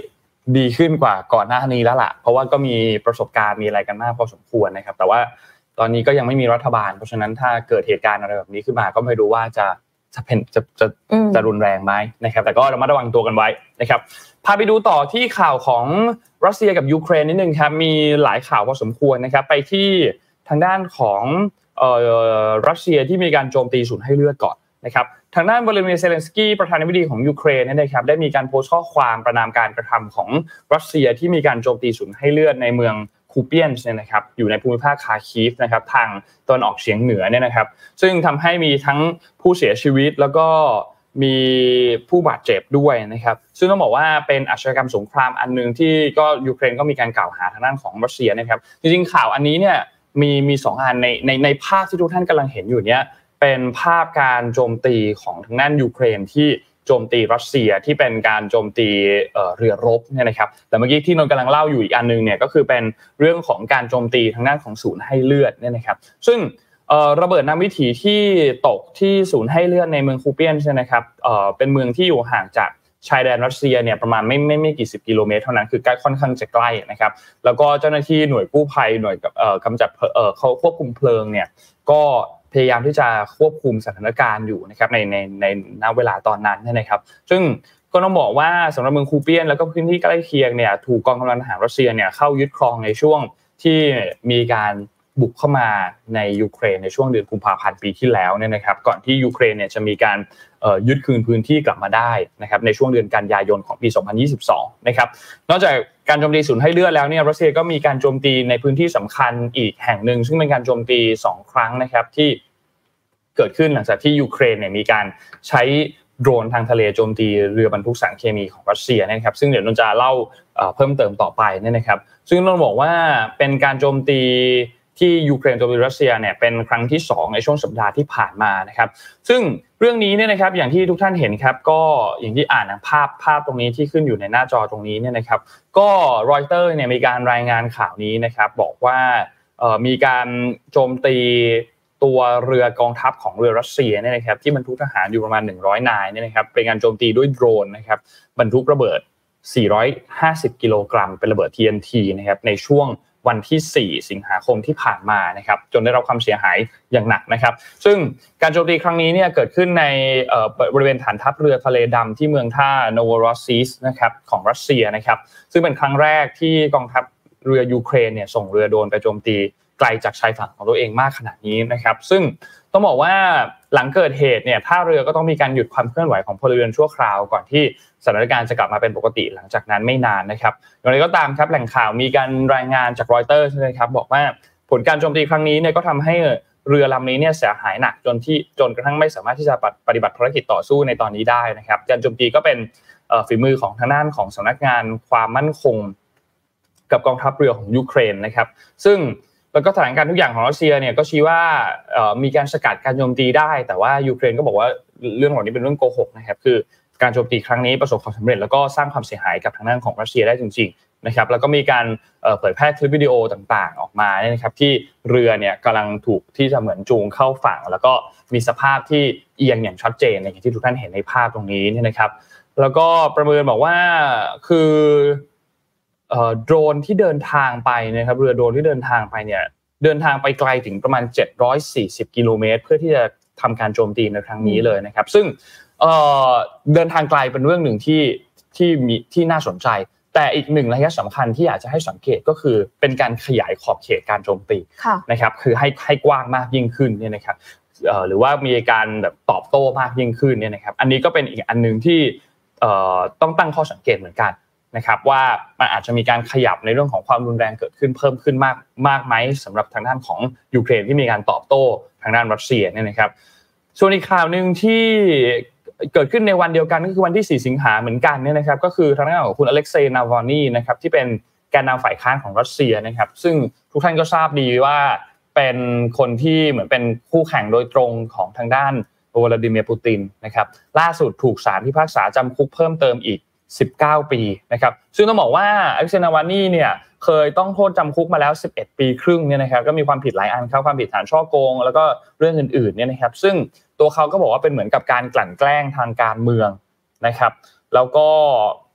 ดีขึ้นกว่าก่อนหน้านี้แล้วล่ะเพราะว่าก็มีประสบการณ์มีอะไรกันมากพอสมควรนะครับแต่ว่าตอนนี้ก็ยังไม่มีรัฐบาลเพราะฉะนั้นถ้าเกิดเหตุการณ์อะไรแบบนี้ขึ้นมาก็ไม่รู้ว่าจะจะเป็นจะจะจะรุนแรงไหมนะครับแต่ก็ระมัดระวังตัวกันไว้นะครับพาไปดูต่อที่ข่าวของรัสเซียกับยูเครนนิดนึงครับมีหลายข่าวพอสมควรนะครับไปที่ทางด้านของเอ่อรัสเซียที่มีการโจมตีศูนย์ให้เลือดก่อนนะครับทางด้านวลาดิเมียร์เซเลนสกี้ประธานาธิบดีของยูเครนเนี่ยนะครับได้มีการโพสต์ข้อความประณามการกระทำของรัสเซียที่มีการโจมตีศูนย์ให้เลือดในเมืองคูเปียนส์เนี่ยนะครับอยู่ในภูมิภาคคาคีฟนะครับทางตะวันออกเฉียงเหนือเนี่ยนะครับซึ่งทำให้มีทั้งผู้เสียชีวิตแล้วก็มีผู้บาดเจ็บด้วยนะครับซึ่งต้องบอกว่าเป็นอาชญากรรมสงครามอันนึงที่ก็ยูเครนก็มีการกล่าวหาทางด้านของรัสเซียนะครับจริงๆข่าวอันนี้เนี่ยมีมีสองอันในในในภาพที่ทุกท่านกำลังเห็นอยู่เนี้ยเป็นภาพการโจมตีของทางด้านยูเครนที่โจมตีรัสเซียที่เป็นการโจมตีเอ่อเรือรบเนี่ยนะครับแต่เมื่อกี้ที่นนท์กำลังเล่าอยู่อีกอันนึงเนี่ยก็คือเป็นเรื่องของการโจมตีทางด้านของศูนย์ให้เลือดเนี่ยนะครับซึ่งเอ่อระเบิดน้ำวิถีที่ตกที่ศูนย์ให้เลือดในเมืองคูเปียนใช่มั้ยครับเอ่อเป็นเมืองที่อยู่ห่างจากชายแดนรัสเซียเนี่ยประมาณไม่ไม่ไม่กี่สิบกิโลเมตรเท่านั้นคือใกล้ค่อนข้างจะใกล้นะครับแล้วก็เจ้าหน้าที่หน่วยกู้ภัยหน่วยเอ่อกำจัดเอ่อเขาควบคุมเพลิงเนี่ยก็พยายามที่จะควบคุมสถานการณ์อยู่นะครับในในในณเวลาตอนนั้นนะครับซึ่งก็ต้องบอกว่าสำหรับเมืองคูเปียนแล้วก็พื้นที่ใกล้เคียงเนี่ยถูกกองกำลังทหารรัสเซียเนี่ยเข้ายึดครองในช่วงที่มีการบุกเข้ามาในยูเครนในช่วงเดือนกุมภาพันธ์ปีที่แล้วเนี่ยนะครับก่อนที่ยูเครนเนี่ยจะมีการเอ่อยึดคืนพื้นที่กลับมาได้นะครับในช่วงเดือนกันยายนของปีสองพันยี่สิบสองนะครับนอกจากการโจมตีศูนย์ให้เลือดแล้วเนี่ยรัสเซียก็มีการโจมตีในพื้นที่สำคัญอีกแห่งนึงซึ่งเป็นการโจมตีสองครั้งนะครับที่เกิดขึ้นหลังจากที่ยูเครนเนี่ยมีการใช้โดรนทางทะเลโจมตีเรือบรรทุกสารเคมีของรัสเซียนะครับซึ่งเดี๋ยวนนจะเล่าเพิ่มเติมต่อไปเนี่ยนะครับซึ่งต้องบอกว่าเป็นการโจมตีที่ยูเครนโจมตีรัสเซียเนี่ยเป็นครั้งที่สองในช่วงสัปดาห์ที่ผ่านมานะครับซึ่งเรื่องนี้เนี่ยนะครับอย่างที่ทุกท่านเห็นครับก็อย่างที่อ่านภาพภาพตรงนี้ที่ขึ้นอยู่ในหน้าจอตรงนี้เนี่ยนะครับก็รอยเตอร์เนี่ยมีการรายงานข่าวนี้นะครับบอกว่าเอ่อมีการโจมตีตัวเรือกองทัพของเรือรัสเซียเนี่ยนะครับที่บรรทุกทหารอยู่ประมาณหนึ่งร้อยนายเนี่ยนะครับเป็นการโจมตีด้วยโดรนนะครับบรรทุกระเบิดสี่ร้อยห้าสิบกิโลกรัมเป็นระเบิด ที เอ็น ที นะครับในช่วงวันที่สี่สิงหาคมที่ผ่านมานะครับจนได้รับความเสียหายอย่างหนักนะครับซึ่งการโจมตีครั้งนี้เนี่ยเกิดขึ้นในเอ่อบริเวณฐานทัพเรือทะเลดำที่เมืองท่าโนโวโรซิสนะครับของรัสเซียนะครับซึ่งเป็นครั้งแรกที่กองทัพเรือยูเครนเนี่ยส่งเรือโดรนไปโจมตีไกลจากชายฝั่งของตัวเองมากขนาดนี้นะครับซึ่งต้องบอกว่าหลังเกิดเหตุเนี่ยท่าเรือก็ต้องมีการหยุดความเคลื่อนไหวของพลเรือนชั่วคราวก่อนที่สถานการณ์จะกลับมาเป็นปกติหลังจากนั้นไม่นานนะครับอย่างไรก็ตามครับแหล่งข่าวมีการรายงานจากรอยเตอร์ใช่ไหมครับบอกว่าผลการโจมตีครั้งนี้เนี่ยก็ทำให้เรือลำนี้เนี่ยเสียหายหนักจนที่จนกระทั่งไม่สามารถที่จะปฏิบัติภารกิจต่อสู้ในตอนนี้ได้นะครับการโจมตีก็เป็นฝีมือของทางด้านของสำนักงานความมั่นคงกับกองทัพเรือของยูเครนนะครับซึ่งแล้วก็สถานการณ์ทุกอย่างของรัสเซียเนี่ยก็ชี้ว่ามีการสกัดการโจมตีได้แต่ว่ายูเครนก็บอกว่าเรื่องเหล่านี้เป็นเรื่องโกหกนะครับคือการโจมตีครั้งนี้ประสบความสำเร็จแล้วก็สร้างความเสียหายกับทางด้านของรัสเซียได้จริงๆนะครับแล้วก็มีการเผยแพร่คลิปวิดีโอต่างๆออกมาเนี่ยนะครับที่เรือเนี่ยกำลังถูกที่จะเหมือนจูงเข้าฝั่งแล้วก็มีสภาพที่เอียงอย่างชัดเจนอย่างที่ทุกท่านเห็นในภาพตรงนี้เนี่ยนะครับแล้วก็ประเมินบอกว่าคือโดรนที่เดินทางไปนะครับเรือโดรนที่เดินทางไปเนี่ยเดินทางไปไกลถึงประมาณเจ็ดร้อยสี่สิบกิโลเมตรเพื่อที่จะทำการโจมตีในครั้งนี้เลยนะครับซึ่งเอ่อเดินทางไกลเป็นเรื่องหนึ่งที่ที่มีที่น่าสนใจแต่อีกหนึ่งระยะสำคัญที่อยากจะให้สังเกตก็คือเป็นการขยายขอบเขตการโจมตีนะครับคือให้ให้กว้างมากยิ่งขึ้นเนี่ยนะครับเอ่อหรือว่ามีการแบบตอบโต้มากยิ่งขึ้นเนี่ยนะครับอันนี้ก็เป็นอีกอันนึงที่เอ่อต้องตั้งข้อสังเกตเหมือนกันนะครับว่ามันอาจจะมีการขยับในเรื่องของความรุนแรงเกิดขึ้นเพิ่มขึ้นมากมากไหมสำหรับทางด้านของยูเครนที่มีการตอบโต้ทางด้านรัสเซียเนี่ยนะครับส่วนอีกข่าวนึงที่เกิดขึ้นในวันเดียวกันก็คือวันที่สี่สิงหาเหมือนกันเนี่ยนะครับก็คือทางด้านของคุณอเล็กเซย์ นาวานีนะครับที่เป็นแกนนำฝ่ายค้านของรัสเซียนะครับซึ่งทุกท่านก็ทราบดีว่าเป็นคนที่เหมือนเป็นคู่แข่งโดยตรงของทางด้านวลาดิเมียร์ปูตินนะครับล่าสุดถูกศาลพิพากษาจำคุกเพิ่มเติมอีกสิบเก้าปีนะครับซึ่งต้องบอกว่าอเล็กเซย์ นาวานีเนี่ยเคยต้องโทษจำคุกมาแล้วสิบเอ็ดปีครึ่งเนี่ยนะครับก็มีความผิดหลายอันเข้าความผิดฐานฉ้อโกงแล้วก็เรื่องอื่นๆเนี่ยนะครับซึ่งตัวเขาก็บอกว่าเป็นเหมือนกับการกลั่นแกล้งทางการเมืองนะครับแล้วก็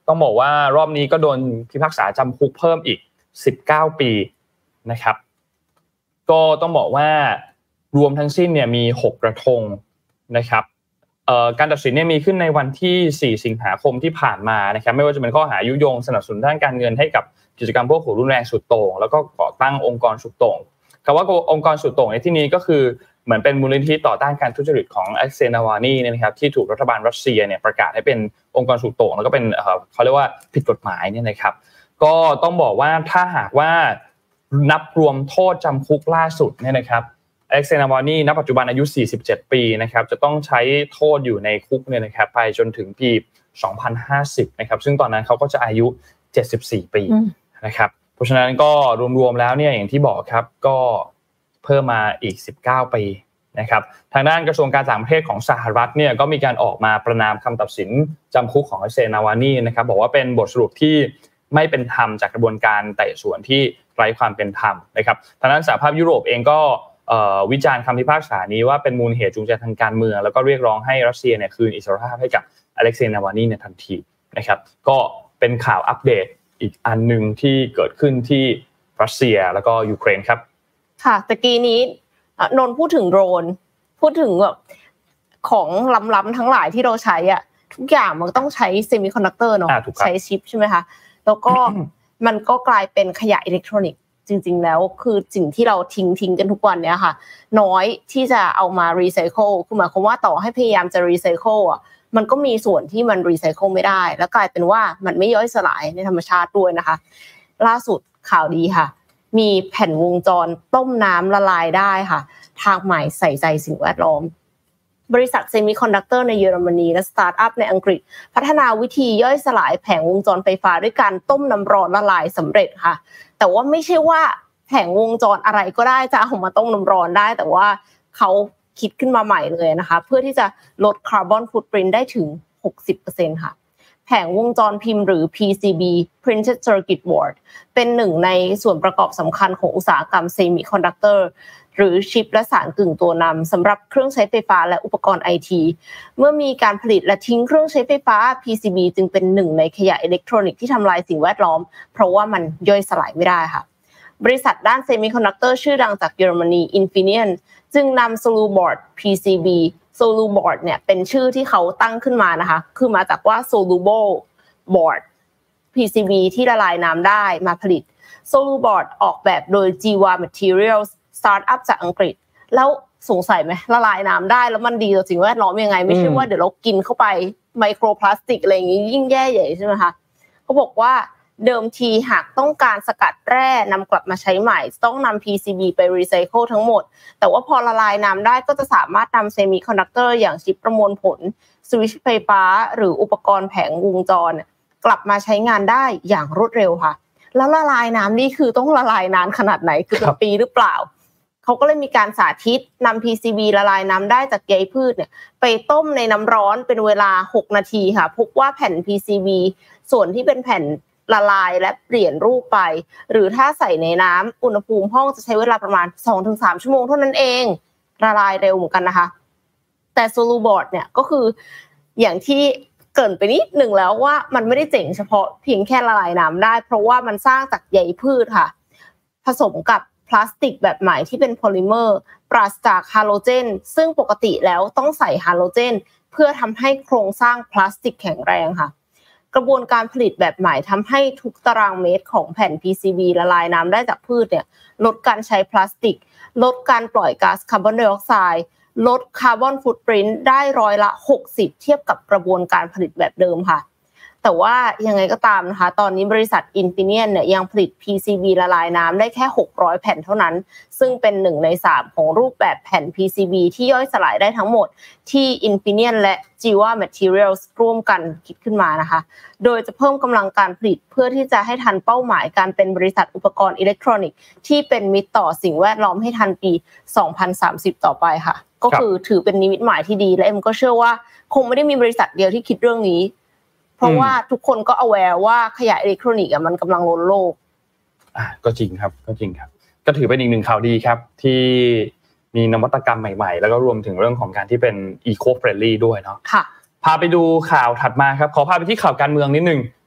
ต้องบอกว่ารอบนี้ก็โดนพิพากษาจำคุกเพิ่มอีกสิบเก้าปีนะครับก็ต้องบอกว่ารวมทั้งสิ้นเนี่ยมีหกกระทงนะครับเอ่อการตัดสินเนี่ยมีขึ้นในวันที่สี่สิงหาคมที่ผ่านมานะครับไม่ว่าจะเป็นข้อหายุยงสนับสนุนด้านการเงินให้กับกิจกรรมพวกขู่รุนแรงสุดโต่งแล้วก็ก่อตั้งองค์กรสุดโต่งคำว่าองค์กรสุดโต่งในที่นี้ก็คือเหมือนเป็นมูลนิธิต่อต้านการทุจริตของอเล็กเซย์ นาวัลนีเนี่ยนะครับที่ถูกรัฐบาลรัสเซียเนี่ยประกาศให้เป็นองค์กรสุดโต่งแล้วก็เป็นเอ่อเค้าเรียกว่าผิดกฎหมายเนี่ยนะครับก็ต้องบอกว่าถ้าหากว่านับรวมโทษจำคุกล่าสุดเนี่ยนะครับอเล็กเซย์ นาวัลนีณปัจจุบันอายุสี่สิบเจ็ดปีนะครับจะต้องใช้โทษอยู่ในคุกเนี่ยนะครับไปจนถึงปีสองพันห้าสิบนะครับซึ่งตอนนั้นเขาก็จะอายุเจ็ดสิบสี่ปีนะครับเพราะฉะนั้นก็รวมๆแล้วเนี่ยอย่างที่บอกครับก็เพิ่มมาอีกสิบเก้าปีนะครับทางด้านกระทรวงการต่างประเทศของสหรัฐเนี่ยก็มีการออกมาประณามคำตัดสินจำคุกของอเล็กเซย์ นาวัลนีนะครับบอกว่าเป็นบทสรุปที่ไม่เป็นธรรมจากกระบวนการไต่สวนที่ไร้ความเป็นธรรมนะครับทางด้านสหภาพยุโรปเองก็วิจารณ์คำพิพากษานี้ว่าเป็นมูลเหตุจูงใจทางการเมืองแล้วก็เรียกร้องให้รัสเซียเนี่ยคืนอิสรภาพให้กับอเล็กเซย์ นาวัลนีในทันทีนะครับก็เป็นข่าวอัปเดตอีกอันนึงที่เกิดขึ้นที่รัสเซียแล้วก็ยูเครนครับค่ะตะกี้นี้นนท์พูดถึงโดรนพูดถึงแบบของล้ำๆทั้งหลายที่เราใช้อ่ะทุกอย่างมันต้องใช้เซมิคอนดักเตอร์เนาะใช้ชิปใช่ไหมคะแล้วก็ มันก็กลายเป็นขยะอิเล็กทรอนิกส์จริงๆแล้วคือสิ่งที่เราทิ้งทิ้งกันทุกวันเนี้ยค่ะน้อยที่จะเอามารีไซเคิลคือหมายความว่าต่อให้พยายามจะรีไซเคิลอ่ะมันก็มีส่วนที่มันรีไซเคิลไม่ได้แล้วกลายเป็นว่ามันไม่ย่อยสลายในธรรมชาติด้วยนะคะล่าสุดข่าวดีค่ะมีแผ่นวงจรต้มน้ำละลายได้ค่ะทางใหม่ใส่ใจสิ่งแวดล้อมบริษัทเซมิคอนดักเตอร์ในเยอรมนีและสตาร์ทอัพในอังกฤษพัฒนาวิธีย่อยสลายแผงวงจรไฟฟ้าด้วยการต้มน้ำร้อนละลายสำเร็จค่ะแต่ว่าไม่ใช่ว่าแผงวงจรอะไรก็ได้จะเอามาต้มน้ำร้อนได้แต่ว่าเขาคิดขึ้นมาใหม่เลยนะคะเพื่อที่จะลดคาร์บอนฟุตปรินท์ได้ถึง หกสิบเปอร์เซ็นต์ ค่ะแผงวงจรพิมพ์หรือ พี ซี บี Printed Circuit Board เป็นหนึ่งในส่วนประกอบสำคัญของอุตสาหกรรมเซมิคอนดักเตอร์หรือชิปและสารกึ่งตัวนำสำหรับเครื่องใช้ไฟฟ้าและอุปกรณ์ ไอ ที เมื่อมีการผลิตและทิ้งเครื่องใช้ไฟฟ้า พี ซี บี จึงเป็นหนึ่งในขยะอิเล็กทรอนิกส์ที่ทำลายสิ่งแวดล้อมเพราะว่ามันย่อยสลายไม่ได้ค่ะบริษัทด้านเซมิคอนดักเตอร์ชื่อดังจากเยอรมนี Infineon จึงนำ Soluboard พี ซี บี Soluboard เนี่ยเป็นชื่อที่เขาตั้งขึ้นมานะคะคือมาจากว่า Soluble board พี ซี บี ที่ละลายน้ำได้มาผลิต Soluboard ออกแบบโดย จี วา Materials สตาร์ทอัพจากอังกฤษแล้วสงสัยไหมละลายน้ำได้แล้วมันดีต่อสิ่งแวดล้อมยังไงไม่ใช่ว่าเดี๋ยวเรากินเข้าไปไมโครพลาสติกอะไรอย่างงี้ยิ่งแย่ใหญ่ใช่ไหมคะเขาบอกว่าเดิมทีหากต้องการสกัดแร่นำกลับมาใช้ใหม่ต้องนำ พี ซี บี ไปรีไซเคิลทั้งหมดแต่ว่าพอละลายน้ำได้ก็จะสามารถนำเซมิคอนดักเตอร์อย่างชิปประมวลผลสวิตช์ไฟฟ้าหรืออุปกรณ์แผงวงจรกลับมาใช้งานได้อย่างรวดเร็วค่ะแล้วละลายน้ำนี่คือต้องละลายนานขนาดไหนคือเป็นปีหรือเปล่าเขาก็เลยมีการสาธิตนำ พี ซี บี ละลายน้ำได้จากใยพืชเนี่ยไปต้มในน้ำร้อนเป็นเวลาหกนาทีค่ะพบว่าแผ่น พี ซี บี ส่วนที่เป็นแผ่นละลายและเปลี่ยนรูปไปหรือถ้าใส่ในน้ำอุณหภูมิห้องจะใช้เวลาประมาณ สองถึงสาม ชั่วโมงเท่านั้นเองละลายเร็วเหมือนกันนะคะแต่ Soluboard เนี่ยก็คืออย่างที่เกริ่นไปนิดนึงแล้วว่ามันไม่ได้เจ๋งเฉพาะเพียงแค่ละลายน้ำได้เพราะว่ามันสร้างจากใยพืชค่ะผสมกับพลาสติกแบบใหม่ที่เป็นโพลิเมอร์ปราศจากฮาโลเจนซึ่งปกติแล้วต้องใส่ฮาโลเจนเพื่อทำให้โครงสร้างพลาสติกแข็งแรงค่ะกระบวนการผลิตแบบใหม่ทำให้ทุกตารางเมตรของแผ่น พี ซี บี ละลายน้ำได้จากพืชเนี่ยลดการใช้พลาสติกลดการปล่อยก๊าซคาร์บอนไดออกไซด์ลดคาร์บอนฟุตปรินท์ได้ร้อยละหกสิบเทียบกับกระบวนการผลิตแบบเดิมค่ะแต่ว่ายังไงก็ตามนะคะตอนนี้บริษัท Infineon เนี่ยยังผลิต พี ซี บี ละลายน้ำได้แค่หกร้อยแผ่นเท่านั้นซึ่งเป็นหนึ่งในสามของรูปแบบแผ่น พี ซี บี ที่ย่อยสลายได้ทั้งหมดที่ Infineon และ จี วา Materials ร่วมกันคิดขึ้นมานะคะโดยจะเพิ่มกำลังการผลิตเพื่อที่จะให้ทันเป้าหมายการเป็นบริษัทอุปกรณ์อิเล็กทรอนิกส์ที่เป็นมิตรต่อสิ่งแวดล้อมให้ทันปีสองพันสามสิบต่อไปค่ะก็คือถือเป็นนิมิตหมายที่ดีและเอ็มก็เชื่อว่าคงไม่ได้มีบริษัทเดียวที่คิดเรื่องนี้เพราะว่าทุกคนก็ aware ว่าขยะอิเล็กทรอนิกส์มันกำลังล้นโลกอ่ะก็จริงครับก็จริงครับก็ถือเป็นอีกหนึ่งข่าวดีครับที่มีนวัตกรรมใหม่ๆแล้วก็รวมถึงเรื่องของการที่เป็น eco friendly ด้วยเนาะค่ะพาไปดูข่าวถัดมาครับขอพาไปที่ข่าวการเมืองนิดนึง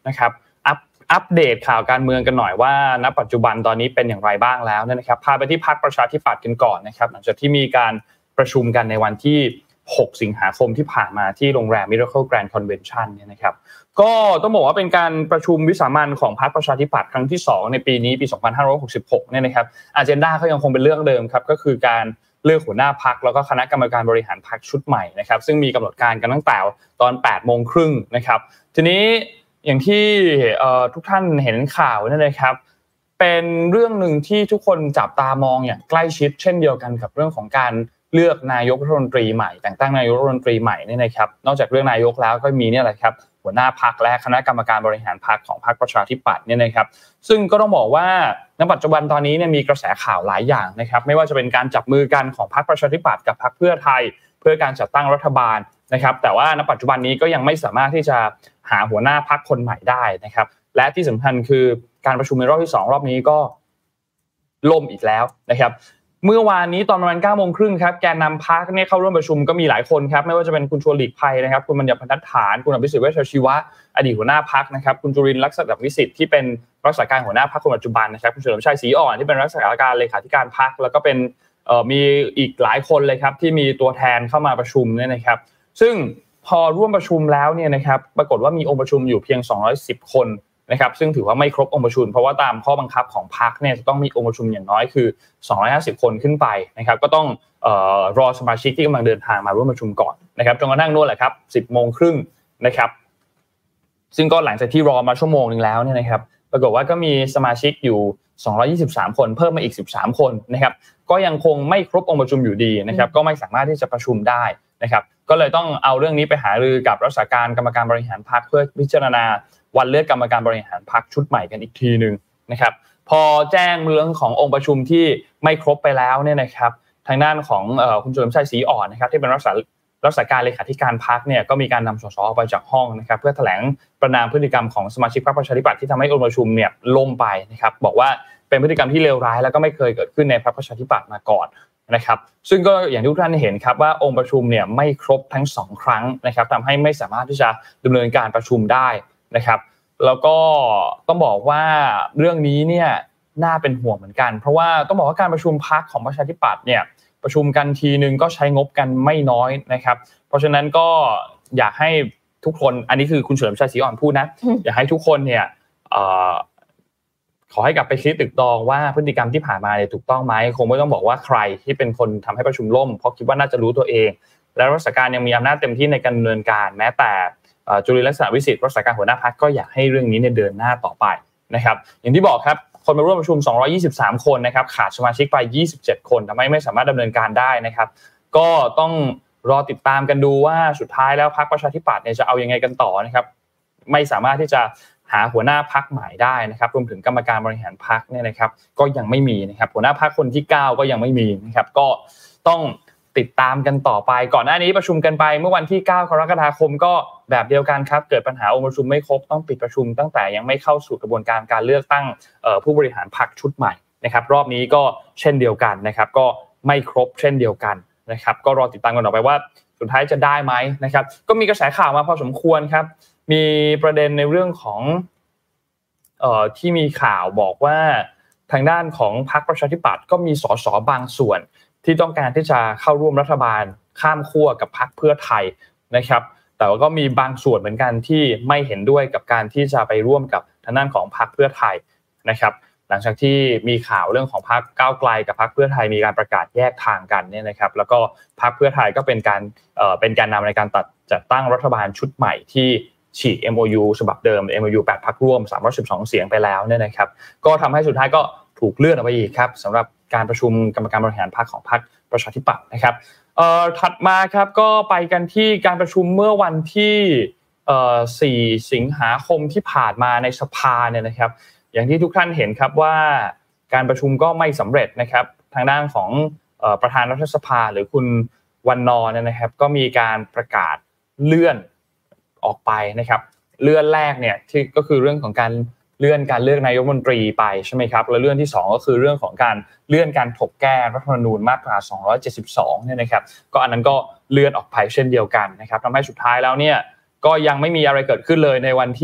นะครับอัปอัปเดตข่าวการเมืองกันหน่อยว่าณปัจจุบันตอนนี้เป็นอย่างไรบ้างแล้วนะครับพาไปที่พรรคประชาธิปัตย์กันก่อนนะครับหลังจากที่มีการประชุมกันในวันที่หกสิงหาคมที่ผ่านมาที่โรงแรม Miracle Grand Convention เนี่ยนะครับก็ต้องบอกว่าเป็นการประชุมวิสามัญของพรรคประชาธิปัตย์ครั้งที่สองในปีนี้ปีสองพันห้าร้อยหกสิบหกเนี่ยนะครับอเจนดาก็ยังคงเป็นเรื่องเดิมครับก็คือการเลือกหัวหน้าพรรคแล้วก็คณะกรรมการบริหารพรรคชุดใหม่นะครับซึ่งมีกำหนดการกันตั้งแต่ตอน แปดโมงครึ่งนะครับทีนี้อย่างที่เอ่อทุกท่านเห็นข่าวนั่นนะครับเป็นเรื่องนึงที่ทุกคนจับตามองอย่างใกล้ชิดเช่นเดียวกันกับเรื่องของการเลือกนายกรัฐมนตรีใหม่แต่งตั้งนายกรัฐมนตรีใหม่นี่นะครับนอกจากเรื่องนายกแล้วก็มีเนี่ยแหละครับหัวหน้าพรรคและคณะกรรมการบริหารพรรคของพรรคประชาธิปัตย์เนี่ยนะครับซึ่งก็ต้องบอกว่าณปัจจุบันตอนนี้เนี่ยมีกระแสข่าวหลายอย่างนะครับไม่ว่าจะเป็นการจับมือกันของพรรคประชาธิปัตย์กับพรรคเพื่อไทยเพื่อการจัดตั้งรัฐบาลนะครับแต่ว่าณปัจจุบันนี้ก็ยังไม่สามารถที่จะหาหัวหน้าพรรคคนใหม่ได้นะครับและที่สำคัญคือการประชุมในรอบที่สองรอบนี้ก็ล่มอีกแล้วนะครับเมื่อวานนี้ตอนประมาณ เก้าโมงครึ่งครับแกนนำพรรคเนี่ยเข้าร่วมประชุมก็มีหลายคนครับไม่ว่าจะเป็นคุณชวนหลีกภัยนะครับคุณบัญญัติ บรรทัดฐานคุณอภิสิทธิ์เวชชชีวะอดีตหัวหน้าพรรคนะครับคุณจุรินทร์ลักษณะวิสิทธิ์ที่เป็นรักษาการหัวหน้าพรรคคนปัจจุบันนะครับคุณเฉลิมชัยศรีอ่อนที่เป็นรักษาการเลขาธิการพรรคแล้วก็เป็นเอ่อมีอีกหลายคนเลยครับที่มีตัวแทนเข้ามาประชุมเนี่ยนะครับซึ่งพอร่วมประชุมแล้วเนี่ยนะครับปรากฏว่ามีองค์ประชุมอยู่เพียงสองร้อยสิบคนนะครับซึ่งถือว่าไม่ครบองค์ประชุมเพราะว่าตามข้อบังคับของพรรคเนี่ยจะต้องมีองค์ประชุมอย่างน้อยคือสองร้อยห้าสิบคนขึ้นไปนะครับก็ต้องเอ่อรอสมาชิกที่กำลังเดินทางมาร่วมประชุมก่อนนะครับจนกระทั่งนู่นแหละครับ สิบโมงครึ่งนะครับซึ่งก็หลังจากที่รอมาชั่วโมงนึงแล้วเนี่ยนะครับปรากฏว่าก็มีสมาชิกอยู่สองร้อยยี่สิบสามคนเพิ่มมาอีกสิบสามคนนะครับก็ยังคงไม่ครบองค์ประชุมอยู่ดีนะครับก็ไม่สามารถที่จะประชุมได้นะครับก็เลยต้องเอาเรื่องนี้ไปหารือกับรักษาการกรรมการบริหารพรรคเพื่อพิจารณาวันเลือกกรรมการบริหารพรรคชุดใหม่กันอีกทีนึงนะครับพอแจ้งเรื่องขององค์ประชุมที่ไม่ครบไปแล้วเนี่ยนะครับทางด้านของเอ่อคุณเฉลิมชัยศรีอ่อนนะครับที่เป็นรักษารักษาการเลขาธิการพรรคเนี่ยก็มีการนำสสออกไปจากห้องนะครับเพื่อแถลงประณามพฤติกรรมของสมาชิกพรรคประชาธิปัตย์ที่ทำให้องค์ประชุมเนี่ยล่มไปนะครับบอกว่าเป็นพฤติกรรมที่เลวร้ายแล้วก็ไม่เคยเกิดขึ้นในพรรคประชาธิปัตย์มาก่อนนะครับซึ่งก็อย่างที่ทุกท่านเห็นครับว่าองค์ประชุมเนี่ยไม่ครบทั้งสองครั้งนะครับทำให้ไม่สามารถที่จะดำเนินการประชุมได้นะครับแล้วก็ต้องบอกว่าเรื่องนี้เนี่ยน่าเป็นห่วงเหมือนกันเพราะว่าต้องบอกว่าการประชุมพรรคของประชาธิปัตย์เนี่ยประชุมกันทีนึงก็ใช้งบกันไม่น้อยนะครับเพราะฉะนั้นก็อยากให้ทุกคนอันนี้คือคุณเฉลิมชัยศรีอ่อนพูดนะอยากให้ทุกคนเนี่ยเอ่อขอให้กลับไปคิดตึกตองว่าพฤติกรรมที่ผ่านมาเนี่ยถูกต้องไหมคงไม่ต้องบอกว่าใครที่เป็นคนทำให้ประชุมล่มเพราะคิดว่าน่าจะรู้ตัวเองและรักษาการยังมีอำนาจเต็มที่ในการดำเนินการแม้แต่จุลินทร์ลักษณะวิสิทธิ์รักษาการหัวหน้าพรรคก็อยากให้เรื่องนี้เนี่ยเดินหน้าต่อไปนะครับอย่างที่บอกครับคนมาร่วมประชุมสองร้อยยี่สิบสามคนนะครับขาดสมาชิกไปยี่สิบเจ็ดคนทำให้ไม่สามารถดำเนินการได้นะครับก็ต้องรอติดตามกันดูว่าสุดท้ายแล้วพรรคประชาธิปัตย์เนี่ยจะเอายังไงกันต่อนะครับไม่สามารถที่จะหาหัวหน้าพรรคใหม่ได้นะครับรวมถึงกรรมการบริหารพรรคเนี่ยนะครับก็ยังไม่มีนะครับหัวหน้าพรรคคนที่เก้าก็ยังไม่มีนะครับก็ต้องติดตามกันต่อไปก่อนหน้านี้ประชุมกันไปเมื่อวันที่เก้ากรกฎาคมก็แบบเดียวกันครับเกิดปัญหาองค์ประชุมไม่ครบต้องปิดประชุมตั้งแต่ยังไม่เข้าสู่กระบวนการการเลือกตั้งผู้บริหารพรรคชุดใหม่นะครับรอบนี้ก็เช่นเดียวกันนะครับก็ไม่ครบเช่นเดียวกันนะครับก็รอติดตามกันต่อไปว่าสุดท้ายจะได้ไหมนะครับก็มีกระแสข่าวมาพอสมควรครับมีประเด็นในเรื่องของเอ่อที่มีข่าวบอกว่าทางด้านของพรรคประชาธิปัตย์ก็มีสสบางส่วนที่ต้องการที่จะเข้าร่วมรัฐบาลข้ามขั้วกับพรรคเพื่อไทยนะครับแต่ว่าก็มีบางส่วนเหมือนกันที่ไม่เห็นด้วยกับการที่จะไปร่วมกับทางด้านของพรรคเพื่อไทยนะครับหลังจากที่มีข่าวเรื่องของพรรคก้าวไกลกับพรรคเพื่อไทยมีการประกาศแยกทางกันเนี่ยนะครับแล้วก็พรรคเพื่อไทยก็เป็นการเอ่อเป็นแกนนำในการตัดจัดตั้งรัฐบาลชุดใหม่ที่ฉีก เอ็ม โอ ยู ฉบับเดิม เอ็ม โอ ยู แปดพรรคร่วมสามร้อยสิบสองเสียงไปแล้วเนี่ยนะครับก็ทำให้สุดท้ายก็ถูกเลื่อนออกไปอีกครับสำหรับการประชุมกรรมการบริหารพรรคของพรรคประชาธิปัตย์นะครับเอ่อถัดมาครับก็ไปกันที่การประชุมเมื่อวันที่เอ่อสี่สิงหาคมที่ผ่านมาในสภาเนี่ยนะครับอย่างที่ทุกท่านเห็นครับว่าการประชุมก็ไม่สำเร็จนะครับทางด้านของเอ่อประธานรัฐสภาหรือคุณวันนอร์เนี่ยนะครับก็มีการประกาศเลื่อนออกไปนะครับเลื่อนแรกเนี่ยที่ก็คือเรื่องของการเลื่อนการเลือกนายกรัฐมนตรีไปใช่ไหมครับแล้วเรื่องที่สองก็คือเรื่องของการเลื่อนการถกแก้รัฐธรรมนูญมาตราสองร้อยเจ็ดสิบสองเนี่ยนะครับก็อันนั้นก็เลื่อนออกไปเช่นเดียวกันนะครับทำให้สุดท้ายแล้วเนี่ยก็ยังไม่มีอะไรเกิดขึ้นเลยในวันที่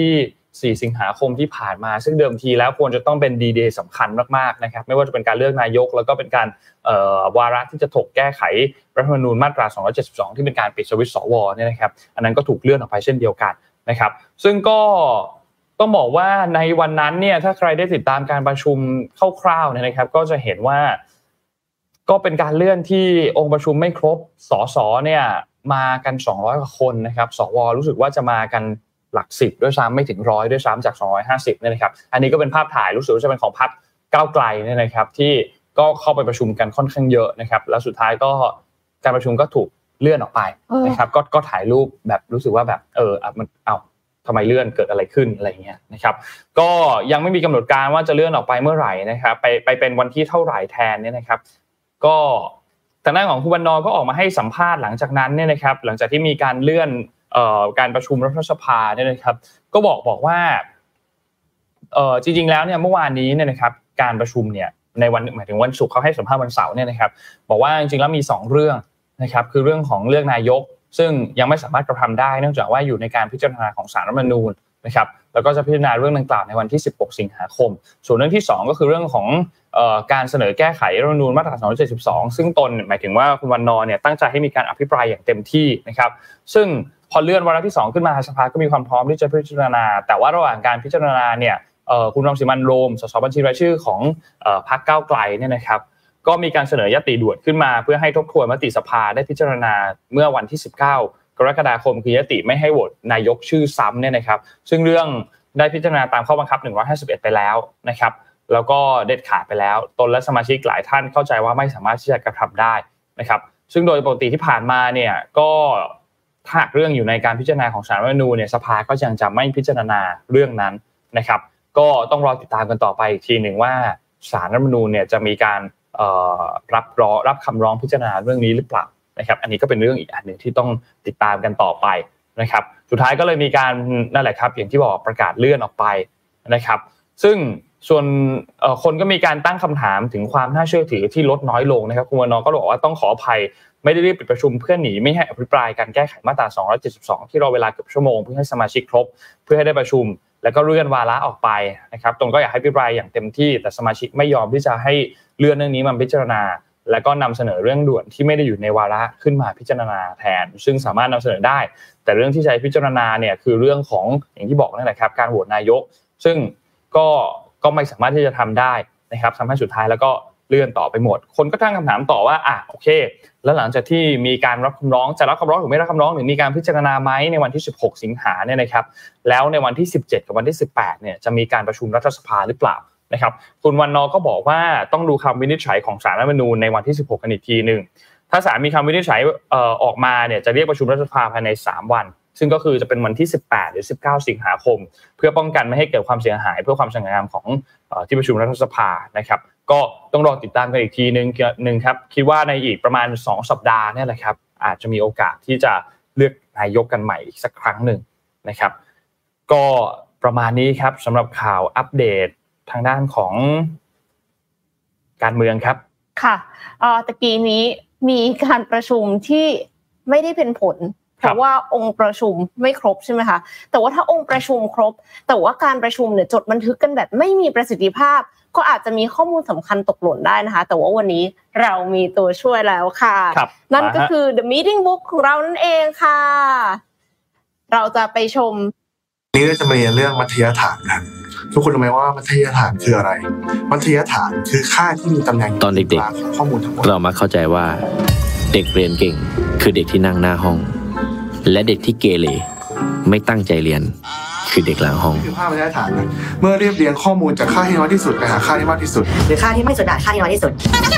สี่สิงหาคมที่ผ่านมาซึ่งเดิมทีแล้วควรจะต้องเป็นดีเดย์สำคัญมากๆนะครับไม่ว่าจะเป็นการเลือกนายกแล้วก็เป็นการเอ่อวาระที่จะถกแก้ไขรัฐธรรมนูญมาตราสองร้อยเจ็ดสิบสองที่เป็นการปิดสวิตช์สวเนี่ยนะครับอันนั้นก็ถูกเลื่อนออกไปเช่นเดียวกันนะครับซึ่งก็ต้องบอกว่าในวันนั้นเนี่ยถ้าใครได้ติดตามการประชุมคร่าวๆเนี่ยนะครับก็จะเห็นว่าก็เป็นการเลื่อนที่องค์ประชุมไม่ครบสสเนี่ยมากันสองร้อยกว่าคนนะครับสวรู้สึกว่าจะมากันหลักสิบด้วยซ้ำไม่ถึงร้อยด้วยซ้ำจากสองร้อยห้าสิบเนี่ยนะครับอันนี้ก็เป็นภาพถ่ายรู้สึกว่าจะเป็นของพรรคก้าวไกลเนี่ยนะครับที่ก็เข้าไปประชุมกันค่อนข้างเยอะนะครับแล้วสุดท้ายก็การประชุมก็ถูกเลื่อนออกไปนะครับก็ก็ถ่ายรูปแบบรู้สึกว่าแบบเออมันเอ้าทำไมเลื่อนเกิดอะไรขึ้นอะไรอย่างเงี้ยนะครับก็ยังไม่มีกำหนดการว่าจะเลื่อนออกไปเมื่อไหร่นะครับไปไปเป็นวันที่เท่าไหร่แทนเนี่ยนะครับก็ทางด้านของคุณวรรณก็ออกมาให้สัมภาษณ์หลังจากนั้นเนี่ยนะครับหลังจากที่มีการเลื่อนเอ่อการประชุมรัฐสภาเนี่ยนะครับก็บอกบอกว่าเอ่อจริงๆแล้วเนี่ยเมื่อวานนี้เนี่ยนะครับการประชุมเนี่ยในวันหมายถึงวันศุกร์เขาให้สัมภาษณ์วันเสาร์เนี่ยนะครับบอกว่าจริงๆแล้วมีสองเรื่องนะครับคือเรื่องของเลือกนายกซึ่งยังไม่สามารถกระทำได้เนื่องจากว่าอยู่ในการพิจารณาของศาลรัฐธรรมนูญนะครับแล้วก็จะพิจารณาเรื่องดังกล่าวในวันที่สิบหกสิงหาคมส่วนเรื่องที่สองก็คือเรื่องของเอ่อการเสนอแก้ไขรัฐธรรมนูญมาตราสองร้อยเจ็ดสิบสองซึ่งตนหมายถึงว่าคุณวรรณเนี่ยตั้งใจให้มีการอภิปรายอย่างเต็มที่นะครับซึ่งพอเลื่อนวาระที่สองขึ้นมาสภาก็มีความพร้อมที่จะพิจารณาแต่ว่าระหว่างการพิจารณาเนี่ยเอ่อคุณรังสิมันต์โรมสสบัญชีรายชื่อของเอ่อพรรคก้าวไกลเนี่ยนะครับก็มีการเสนอยติด่วนขึ้นมาเพื่อให้ทบทวนมติสภาได้พิจารณาเมื่อวันที่สิบเก้ากรกฎาคมคือยติไม่ให้โหวตนายกชื่อซ้ำเนี่ยนะครับซึ่งเรื่องได้พิจารณาตามข้อบังคับหนึ่งร้อยห้าสิบเอ็ดไปแล้วนะครับแล้วก็เด็ดขาดไปแล้วตนและสมาชิกหลายท่านเข้าใจว่าไม่สามารถที่จะกระทำได้นะครับซึ่งโดยปกติที่ผ่านมาเนี่ยก็ถ้าหากเรื่องอยู่ในการพิจารณาของศาลรัฐธรรมนูญเนี่ยสภาก็ยังจะไม่พิจารณาเรื่องนั้นนะครับก็ต้องรอติดตามกันต่อไปอีกทีหนึ่งว่าศาลรัฐธรรมนูญเนี่ยจะมีการเอ่อรับร้องรับคำร้องพิจารณาเรื่องนี้หรือเปล่านะครับอันนี้ก็เป็นเรื่องอีกอันนึงที่ต้องติดตามกันต่อไปนะครับสุดท้ายก็เลยมีการนั่นแหละครับอย่างที่บอกประกาศเลื่อนออกไปนะครับซึ่งส่วนเอ่อคนก็มีการตั้งคำถามถึงความน่าเชื่อถือที่ลดน้อยลงนะครับคุณวรรณก็บอกว่าต้องขออภัยไม่ได้รีบปิดประชุมเพื่อหนีไม่ให้อภิปรายการแก้ไขมาตราสองร้อยเจ็ดสิบสองที่รอเวลาเกือบชั่วโมงเพื่อให้สมาชิกครบเพื่อให้ได้ประชุมแล้วก็เลื่อนวาระออกไปนะครับตนก็อยากให้อภิปรายอย่างเต็มที่แต่สมาชิกไม่ยอมที่จะให้เลื่อนเรื่องนี้มาพิจารณาแล้วก็นำเสนอเรื่องด่วนที่ไม่ได้อยู่ในวาระขึ้นมาพิจารณาแทนซึ่งสามารถนำเสนอได้แต่เรื่องที่ใช้พิจารณาเนี่ยคือเรื่องของอย่างที่บอกนั่นแหละครับการโหวตนายกซึ่งก็ก็ไม่สามารถที่จะทำได้นะครับทำให้สุดท้ายแล้วก็เลื่อนต่อไปหมดคนก็ตั้งคำถามต่อว่าอ่ะโอเคแล้วหลังจากที่มีการรับคำร้องจะรับคำร้องหรือไม่รับคำร้องหรือมีการพิจารณาไหมในวันที่สิบหกสิงหาเนี่ยนะครับแล้วในวันที่สิบเจ็ดกับวันที่สิบแปดเนี่ยจะมีการประชุมรัฐสภาหรือเปล่านะครับคุณวรรณก็บอกว่าต้องดูคำวินิจฉัยของศาลรัฐธรรมนูญในวันที่สิบหกกันอีกทีนึงถ้าศาลมีคำวินิจฉัยเอ่อออกมาเนี่ยจะเรียกประชุมรัฐสภาภายในสามวันซึ่งก็คือจะเป็นวันที่สิบแปดหรือสิบเก้าสิงหาคมเพื่อป้องกันไม่ให้เกิดความเสียหายเพื่อความสง่างามของเอ่อที่ประชุมรัฐสภานะครับก็ต้องรอติดตามกันอีกทีนึงนึงครับคิดว่าในอีกประมาณสองสัปดาห์เนี่ยแหละครับอาจจะมีโอกาสที่จะเลือกนายกกันใหม่อีกสักครั้งนึงนะครับก็ประมาณนี้ครับสำหรับข่าวอัปเดตทางด้านของการเมืองครับค่ะเอ่อตะกี้นี้มีการประชุมที่ไม่ได้เป็นผลเพราะว่าองค์ประชุมไม่ครบใช่ไหมคะแต่ว่าถ้าองค์ประชุมครบแต่ว่าการประชุมเนี่ยจดบันทึกกันแบบไม่มีประสิทธิภาพก็อาจจะมีข้อมูลสำคัญตกหล่นได้นะคะแต่ว่าวันนี้เรามีตัวช่วยแล้วค่ะนั่นก็คือ The Meeting Book ของเรานั่นเองค่ะเราจะไปชมนี้เราจะมาเรียนเรื่องมัธยฐานกันทุกคนรู้ไหมว่ามัธยฐานคืออะไรมัธยฐานคือค่าที่มีตำแหน่งตอนเด็กๆข้อมูลทั้งหมดเรามักเข้าใจว่าเด็กเรียนเก่งคือเด็กที่นั่งหน้าห้องและเด็กที่เกเรไม่ตั้งใจเรียนคือเด็กหลังห้องคือค่ามัธยฐานเมื่อเรียบเรียงข้อมูลจากค่าที่น้อยที่สุดไปหาค่าที่มากที่สุดหรือค่าที่ไม่สุดค่าที่น้อยที่สุด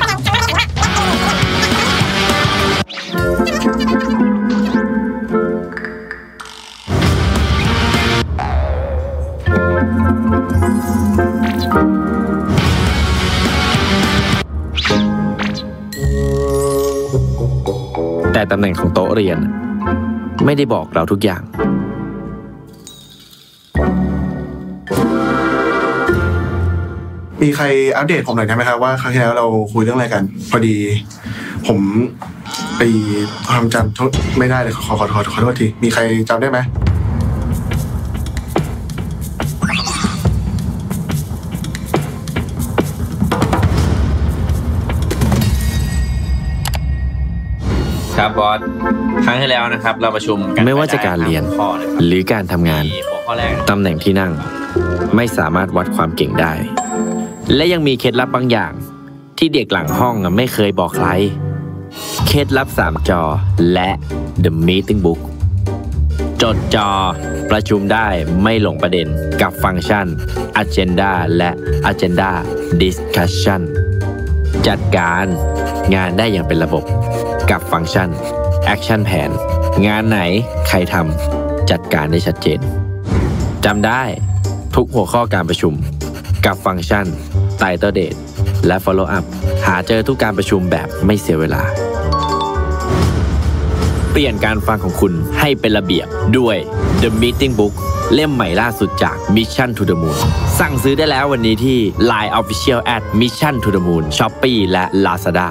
แต่ตำแหน่งของโต๊ะเรียนไม่ได้บอกเราทุกอย่างมีใครอัปเดตผมหน่อยได้ไหมครับว่าครั้งที่แล้วเราคุยเรื่องอะไรกันพอดีผมไปทำจำไม่ได้เลยขอขอขอขอโทษทีมีใครจำได้ไหมครับบอสครั้งที่แล้วนะครับเราประชุมกันไม่ว่าจะการเรียนหรือการทำงานตำแหน่งที่นั่งไม่สามารถวัดความเก่งได้และยังมีเคล็ดลับบางอย่างที่เด็กหลังห้องไม่เคยบอกใครเคล็ดลับสามจอและ The Meeting Book จดจอประชุมได้ไม่หลงประเด็นกับฟังก์ชัน Agenda และ Agenda Discussion จัดการงานได้อย่างเป็นระบบกับฟังก์ชัน Action Plan งานไหนใครทำจัดการได้ชัดเจนจำได้ทุกหัวข้อการประชุมกับฟังก์ชัน Title Date และ Follow Up หาเจอทุกการประชุมแบบไม่เสียเวลาเปลี่ยนการฟังของคุณให้เป็นระเบียบด้วย The Meeting Book เล่มใหม่ล่าสุดจาก Mission to the Moon สั่งซื้อได้แล้ววันนี้ที่ ไลน์ Official at Mission to the Moon Shopee และ Lazada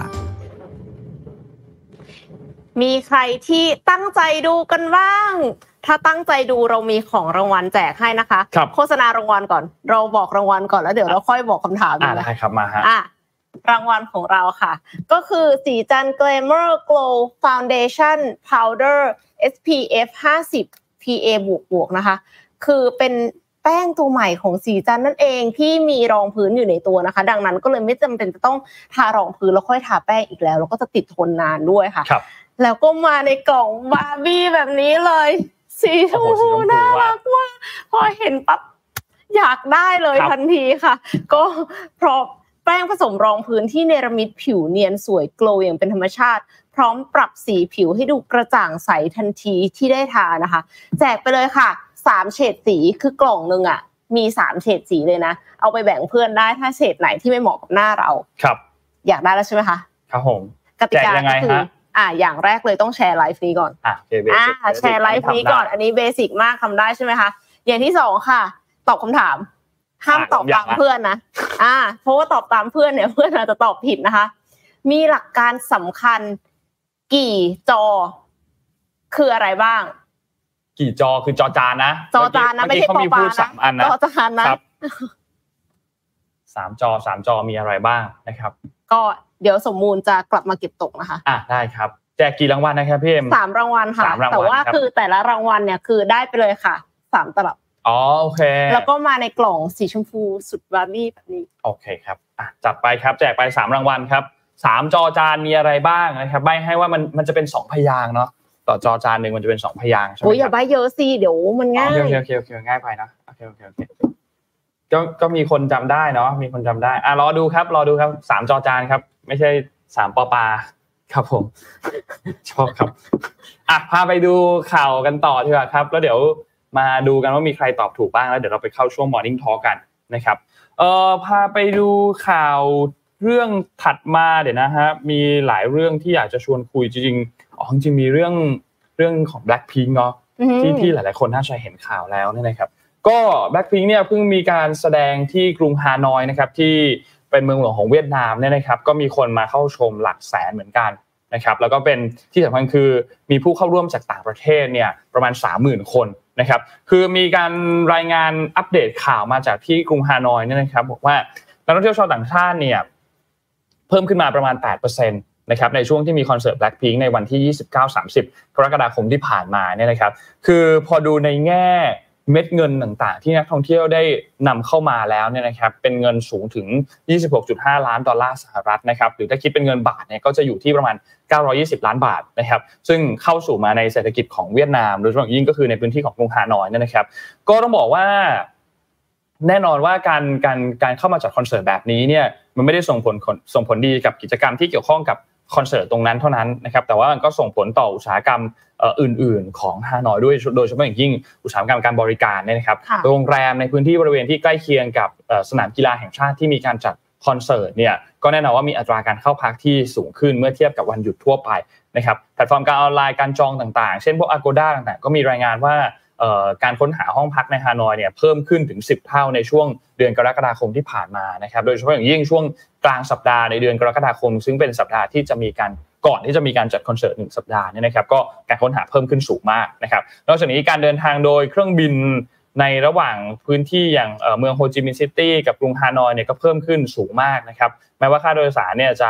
มีใครที่ตั้งใจดูกันบ้างถ้าตั้งใจดูเรามีของรางวัลแจกให้นะคะโฆษณารางวัลก่อนเราบอกรางวัลก่อนแล้วเดี๋ยวเราค่อยบอกคำถามอ่าได้ครับมาฮะอ่ะรางวัลของเราค่ะก็คือสีจัน Glamour Glow Foundation Powder เอส พี เอฟ ห้าสิบ พี เอ บวกๆนะคะคือเป็นแป้งตัวใหม่ของสีจันนั่นเองที่มีรองพื้นอยู่ในตัวนะคะดังนั้นก็เลยไม่จำเป็นจะต้องทารองพื้นแล้วค่อยทาแป้งอีกแล้วแล้วก็จะติดทนนานด้วยค่ะแล้วก็มาในกล่องบาร์บี้แบบนี้เลยสีชมพูน่ารักมากพอเห็นปั๊บอยากได้เลยทันทีค่ะก็เพราะแป้งผสมรองพื้นที่เนรมิตผิวเนียนสวยโกลว์อย่างเป็นธรรมชาติพร้อมปรับสีผิวให้ดูกระจ่างใสทันทีที่ได้ทานะคะแจกไปเลยค่ะสามเฉดสีคือกล่องนึงอ่ะมีสามเฉดสีเลยนะเอาไปแบ่งเพื่อนได้ถ้าเฉดไหนที่ไม่เหมาะกับหน้าเราครับอยากได้แล้วใช่มั้ยคะครับผมกติกาก็คืออ่ะอย่างแรกเลยต้องแชร์ไลฟ์นี้ก่อนอ่ะโอเคเบสิกอ่ะแชร์ไลฟ์นี้ก่อนอันนี้เบสิกมากทำได้ใช่มั้ยคะอย่างที่สองค่ะตอบคำถามห้ามตอบตามเพื่อนนะอ่าเพราะว่าตอบตามเพื่อนเนี่ยเพื่อนอาจจะตอบผิดนะคะมีหลักการสำคัญกี่จอคืออะไรบ้างกี่จอคือจอจานนะจอจานนะไม่ใช่ปอปานะจอจานนะสามจอสามจอมีอะไรบ้างนะครับก็เดี๋ยวสมมูลจะกลับมาเก็บตกนะคะอ่ะได้ครับแจกกี่รางวัลนะครับพี่เอ็มสามรางวัลค่ะแต่ว่าคือแต่ละรางวัลเนี่ยคือได้ไปเลยค่ะสามตลับอ๋อโอเคแล้วก็มาในกล่องสีชมพูสุดบาร์บี้แบบนี้โอเคครับอ่ะจัดไปครับแจกไปสามรางวัลครับสามจอจานมีอะไรบ้างนะครับใบ้ให้ว่ามันมันจะเป็นสองพยางค์เนาะต่อจอจานนึงมันจะเป็นสองพยางค์ใช่มั้ยโอ้ยอย่าใบ้เยอะสิเดี๋ยวมันง่ายโอเคๆๆๆง่ายไปนะโอเคๆๆก็ก็มีคนจำได้เนาะมีคนจำได้อ่ะรอดูครับรอดูครับสามจอจานครับไม่ใช่สามปอปาครับผมชอบครับอ่ะพาไปดูข่าวกันต่อดีกว่าครับแล้วเดี๋ยวมาดูกันว่ามีใครตอบถูกบ้างแล้วเดี๋ยวเราไปเข้าช่วง Morning Talk กันนะครับเอ่อพาไปดูข่าวเรื่องถัดมาเดี๋ยวนะฮะมีหลายเรื่องที่อยากจะชวนคุยจริงๆอ๋อจริงๆมีเรื่องเรื่องของ Blackpink เนาะที่ที่หลายๆคนน่าจะเห็นข่าวแล้วเนี่ยนะครับก็ Blackpink เนี่ยเพิ่งมีการแสดงที่กรุงฮานอยนะครับที่เป็นเมืองหลวงของเวียดนามเนี่ยนะครับก็มีคนมาเข้าชมหลักแสนเหมือนกันนะครับแล้วก็เป็นที่สำคัญคือมีผู้เข้าร่วมจากต่างประเทศเนี่ยประมาณ สามหมื่น คนนะครับคือมีการรายงานอัปเดตข่าวมาจากที่กรุงฮานอยเนี่ยนะครับบอกว่านักท่องเที่ยวชาวต่างชาติเนี่ยเพิ่มขึ้นมาประมาณ แปดเปอร์เซ็นต์ นะครับในช่วงที่มีคอนเสิร์ต Blackpink ในวันที่ ยี่สิบเก้า สามสิบ กรกฎาคมที่ผ่านมาเนี่ยนะครับคือพอดูในแง่เม็ดเงินต่างๆที่นักท่องเที่ยวได้นำเข้ามาแล้วเนี่ยนะครับเป็นเงินสูงถึง ยี่สิบหกจุดห้า ล้านดอลลาร์สหรัฐนะครับหรือถ้าคิดเป็นเงินบาทเนี่ยก็จะอยู่ที่ประมาณเก้าร้อยยี่สิบล้านบาทนะครับซึ่งเข้าสู่มาในเศรษฐกิจของเวียดนามโดยเฉพาะยิ่งก็คือในพื้นที่ของกรุงฮานอยเนี่ยนะครับก็ต้องบอกว่าแน่นอนว่าการการการเข้ามาจัดคอนเสิร์ตแบบนี้เนี่ยมันไม่ได้ส่งผลส่งผลดีกับกิจกรรมที่เกี่ยวข้องกับคอนเสิร์ตตรงนั้นเท่านั้นนะครับแต่ว่ามันก็ส่งผลต่ออุตสาหกรรมเอ่ออื่นๆของฮานอยด้วยโดยเฉพาะอย่างยิ่งอุตสาหกรรมการบริการเนี่ยนะครับโรงแรมในพื้นที่บริเวณที่ใกล้เคียงกับเอ่อสนามกีฬาแห่งชาติที่มีการจัดคอนเสิร์ตเนี่ยก็แน่นอนว่ามีอัตราการเข้าพักที่สูงขึ้นเมื่อเทียบกับวันหยุดทั่วไปนะครับแพลตฟอร์มการออนไลน์การจองต่างๆเช่นพวก Agoda ต่างๆก็มีรายงานว่าเอ่อการค้นหาห้องพักในฮานอยเนี่ยเพิ่มขึ้นถึงสิบเท่าในช่วงเดือนกรกฎาคมที่ผ่านมานะครับโดยเฉพาะอย่างยิ่งช่วงกลางสัปดาห์ในเดือนกรกฎาคมซึ่งเป็นสัปดาห์ที่จะมีการก่อนที่จะมีการจัดคอนเสิร์ตหนึ่งสัปดาห์เนี่ยนะครับก็การค้นหาเพิ่มขึ้นสูงมากนะครับนอกจากนี้การเดินทางโดยเครื่องบินในระหว่างพื้นที่อย่างเอ่อเมืองโฮจิมินห์ซิตี้กับกรุงฮานอยเนี่ยก็เพิ่มขึ้นสูงมากนะครับแม้ว่าค่าโดยสารเนี่ยจะ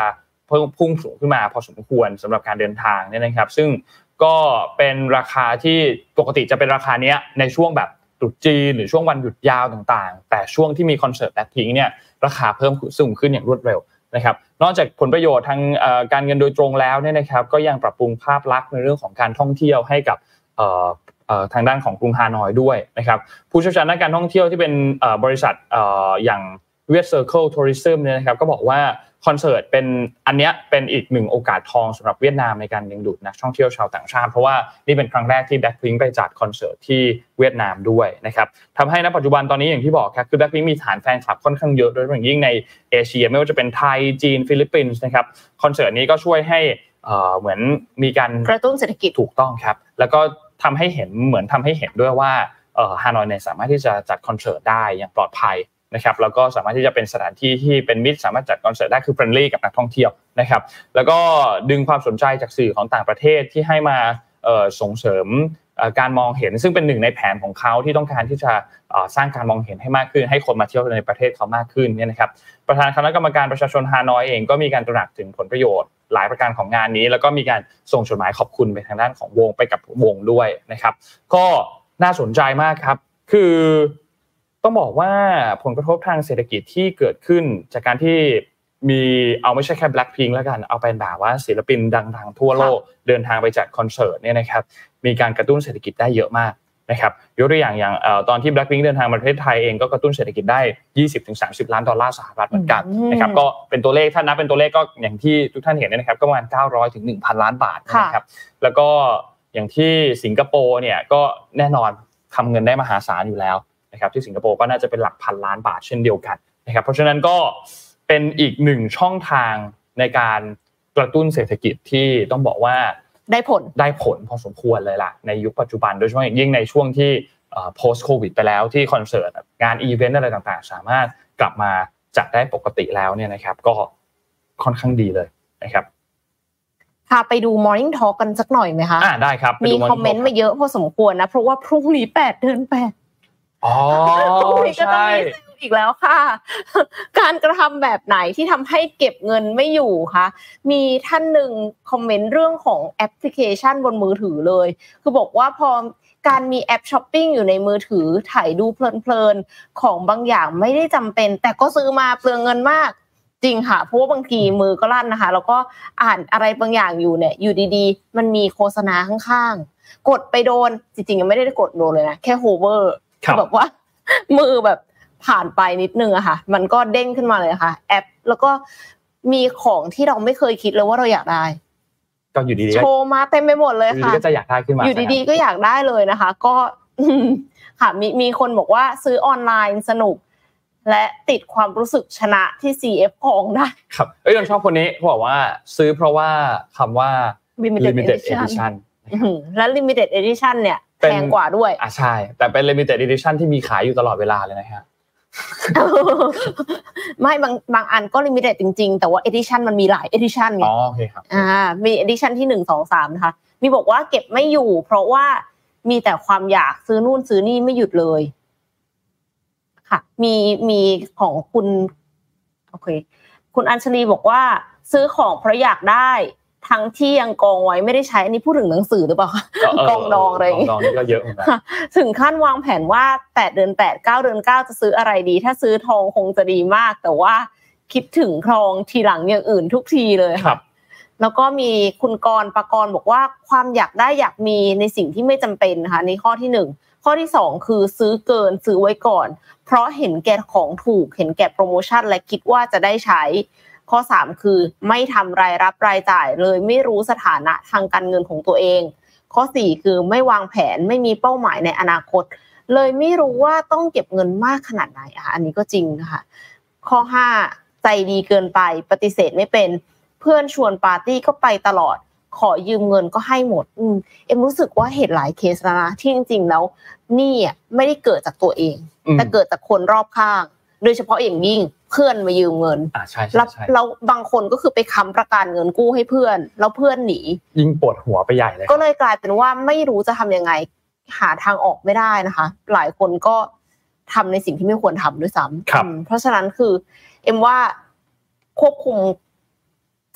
เพิ่มพุ่งสูงขึ้นมาพอสมควรสำหรับการเดินทางเนี่ยนะครับซึ่งก็เป็นราคาที่ปกติจะเป็นราคาเนี้ยในช่วงแบบตรุษจีนหรือช่วงวันหยุดยาวต่างๆแต่ช่วงที่มีคอนเสิร์ตแบล็คพิงค์เนี่ยราคาเพิ่มสูงขึ้นอย่างรวดเร็วนะครับนอกจากผลประโยชน์ทางการเงินโดยตรงแล้วเนี่ยนะครับก็ยังปรับปรุงภาพลักษณ์ในเรื่องของการท่องเที่ยวให้กับทางด้านของกรุงฮานอยด้วยนะครับผู้เชี่ยวชาญด้านการท่องเที่ยวที่เป็นบริษัทอย่าง Viet Circle Tourism เนี่ยนะครับก็บอกว่าคอนเสิร์ตเป็นอันเนี้ยเป็นอีกหนึ่งโอกาสทองสำหรับเวียดนามในการดึงดูดนักท่องเที่ยวชาวต่างชาติเพราะว่านี่เป็นครั้งแรกที่ Blackpink ไปจัดคอนเสิร์ตที่เวียดนามด้วยนะครับทำให้ณปัจจุบันตอนนี้อย่างที่บอกครับคือ Blackpink มีฐานแฟนคลับค่อนข้างเยอะโดยเฉพาะยิ่งในเอเชียไม่ว่าจะเป็นไทยจีนฟิลิปปินส์นะครับคอนเสิร์ตนี้ก็ช่วยให้เอ่อเหมือนมีการกระตุ้นเศรษฐกิจถูกต้องครับแล้วก็ทำให้เห็นเหมือนทำให้เห็นด้วยว่าเอ่อฮานอยเนี่ยสามารถที่จะจัดคอนเสิร์ตได้อย่างปลอดภัยนะครับแล้วก็สามารถที่จะเป็นสถานที่ที่เป็นมิตรสามารถจัดคอนเสิร์ตได้คือเฟรนลี่กับนักท่องเที่ยวนะครับแล้วก็ดึงความสนใจจากสื่อของต่างประเทศที่ให้มาเอ่อส่งเสริมเอ่อการมองเห็นซึ่งเป็นหนึ่งในแผนของเขาที่ต้องการที่จะเอ่อสร้างการมองเห็นให้มากขึ้นให้คนมาเที่ยวในประเทศเขามากขึ้นเนี่ยนะครับประธานคณะกรรมการประชาชนฮานอยเองก็มีการตระหนักถึงผลประโยชน์หลายประการของงานนี้แล้วก็มีการส่งจดหมายขอบคุณไปทางด้านของวงไปกับวงด้วยนะครับก็น่าสนใจมากครับคือต้องบอกว่าผลกระทบทางเศรษฐกิจที่เกิดขึ้นจากการที่มีเอาไม่ใช่แค่ Blackpink แล้วกันเอาเป็นแบบว่าศิลปินดังๆทั่วโลกเดินทางไปจัดคอนเสิร์ตเนี่ยนะครับมีการกระตุ้นเศรษฐกิจได้เยอะมากนะครับยกตัวอย่างอย่างเอ่อตอนที่ Blackpink เดินทางมาประเทศไทยเองก็กระตุ้นเศรษฐกิจได้ ยี่สิบถึงสามสิบ ล้านดอลลาร์สหรัฐเหมือนกันนะครับก็เป็นตัวเลขถ้านับเป็นตัวเลขก็อย่างที่ทุกท่านเห็นนะครับก็ประมาณเก้าร้อยถึง หนึ่งพัน ล้านบาทนะครับแล้วก็อย่างที่สิงคโปร์เนี่ยก็แน่นอนทำเงินได้มหาศาลอยู่แล้วนะครับที่สิงคโปร์ก็น่าจะเป็นหลักพันล้านบาทเช่นเดียวกันนะครับเพราะฉะนั้นก็เป็นอีกหนึ่งช่องทางในการกระตุ้นเศรษฐกิจที่ต้องบอกว่าได้ผลได้ผลพอสมควรเลยล่ะในยุคปัจจุบันโดยเฉพาะอย่างยิ่งในช่วงที่เอ่อ post covid ไปแล้วที่คอนเสิร์ตงานอีเวนต์อะไรต่างๆสามารถกลับมาจัดได้ปกติแล้วเนี่ยนะครับก็ค่อนข้างดีเลยนะครับพาไปดู Morning Talk กันสักหน่อยมั้ยคะอ่าได้ครับมีคอมเมนต์มาเยอะพอสมควรนะเพราะว่าพรุ่งนี้แปดเดือนแปดอ๋อใช่อีกแล้วค่ะการกระทำแบบไหนที่ทำให้เก็บเงินไม่อยู่คะมีท่านหนึ่งคอมเมนต์เรื่องของแอปพลิเคชันบนมือถือเลยคือบอกว่าพอการมีแอปช้อปปิ้งอยู่ในมือถือถ่ายดูเพลินๆของบางอย่างไม่ได้จำเป็นแต่ก็ซื้อมาเปลืองเงินมากจริงค่ะเพราะว่าบางทีมือก็ลั่นนะคะแล้วก็อ่านอะไรบางอย่างอยู่เนี่ยอยู่ดีๆมันมีโฆษณาข้างๆกดไปโดนจริงๆยังไม่ได้กดโดนเลยนะแค่โฮเวอร์แบบว่ามือแบบผ่านไปนิดนึงอะค่ะมันก็เด้งขึ้นมาเลยค่ะแอปแล้วก็มีของที่เราไม่เคยคิดเลยว่าเราอยากได้ก็อยู่ดีๆโชว์มาเต็มไปหมดเลยค่ะอยู่ดีก็จะอยากได้ขึ้นมาอยู่ดีๆก็อยากได้เลยนะคะก็ค่ะมีมีคนบอกว่าซื้อออนไลน์สนุกและติดความรู้สึกชนะที่ ซี เอฟ ของได้ครับเอ้ยเราชอบคนนี้เขาบอกว่าซื้อเพราะว่าคำว่า limited edition และ limited edition เนี่ยแพงกว่าด้วยอ่ะใช่แต่เป็น limited edition ที่มีขายอยู่ตลอดเวลาเลยนะฮะไม่บางบางอันก็ limited จริงๆแต่ว่า edition มันมีหลาย edition ไงอ๋อโอเคครับอ่ามี edition ที่หนึ่ง สอง สามนะคะมีบอกว่าเก็บไม่อยู่เพราะว่ามีแต่ความอยากซื้อนู่นซื้อนี่ไม่หยุดเลยค่ะมีมีของคุณโอเคคุณอัญชลีบอกว่าซื้อของเพราะอยากได้ทั้งที่ยังกองไว้ไม่ได้ใช้อันนี้พูดถึงหนังสือหรือเปล่าคะกองดองอะไรอย่างเงี้ยกองดองนี่ก็เยอะเหมือนกันถึงขั้นวางแผนว่าแปดเดือนแปด เก้าเดือนเก้าจะซื้ออะไรดีถ้าซื้อทองคงจะดีมากแต่ว่าคิดถึงทองทีหลังอย่างอื่นทุกทีเลยครับแล้วก็มีคุณกรณ์ปกรณ์บอกว่าความอยากได้อยากมีในสิ่งที่ไม่จำเป็นนะคะในข้อที่หนึ่งข้อที่สองคือซื้อเกินซื้อไว้ก่อนเพราะเห็นแก่ของถูกเห็นแก่โปรโมชั่นและคิดว่าจะได้ใช้ข้อสามคือไม่ทำรายรับรายจ่ายเลยไม่รู้สถานะทางการเงินของตัวเองข้อสี่คือไม่วางแผนไม่มีเป้าหมายในอนาคตเลยไม่รู้ว่าต้องเก็บเงินมากขนาดไหนอ่ะอันนี้ก็จริงนะคะข้อห้าใจดีเกินไปปฏิเสธไม่เป็นเพื่อนชวนปาร์ตี้ก็ไปตลอดขอยืมเงินก็ให้หมดอืมเอ็มรู้สึกว่าเหตุหลายเคสแล้วนะที่จริงๆแล้วนี่อ่ะไม่ได้เกิดจากตัวเองแต่เกิดจากคนรอบข้างโดยเฉพาะอย่างยิ่งเพื่อนมายืมเงินอ่าใช่ๆแล้วบางคนก็คือไปค้ำประกันเงินกู้ให้เพื่อนแล้วเพื่อนหนียิ่งปวดหัวไปใหญ่เลยก็เลยกลายเป็นว่าไม่รู้จะทำยังไงหาทางออกไม่ได้นะคะหลายคนก็ทำในสิ่งที่ไม่ควรทำด้วยซ้ำเพราะฉะนั้นคือเอ็มว่าควบคุม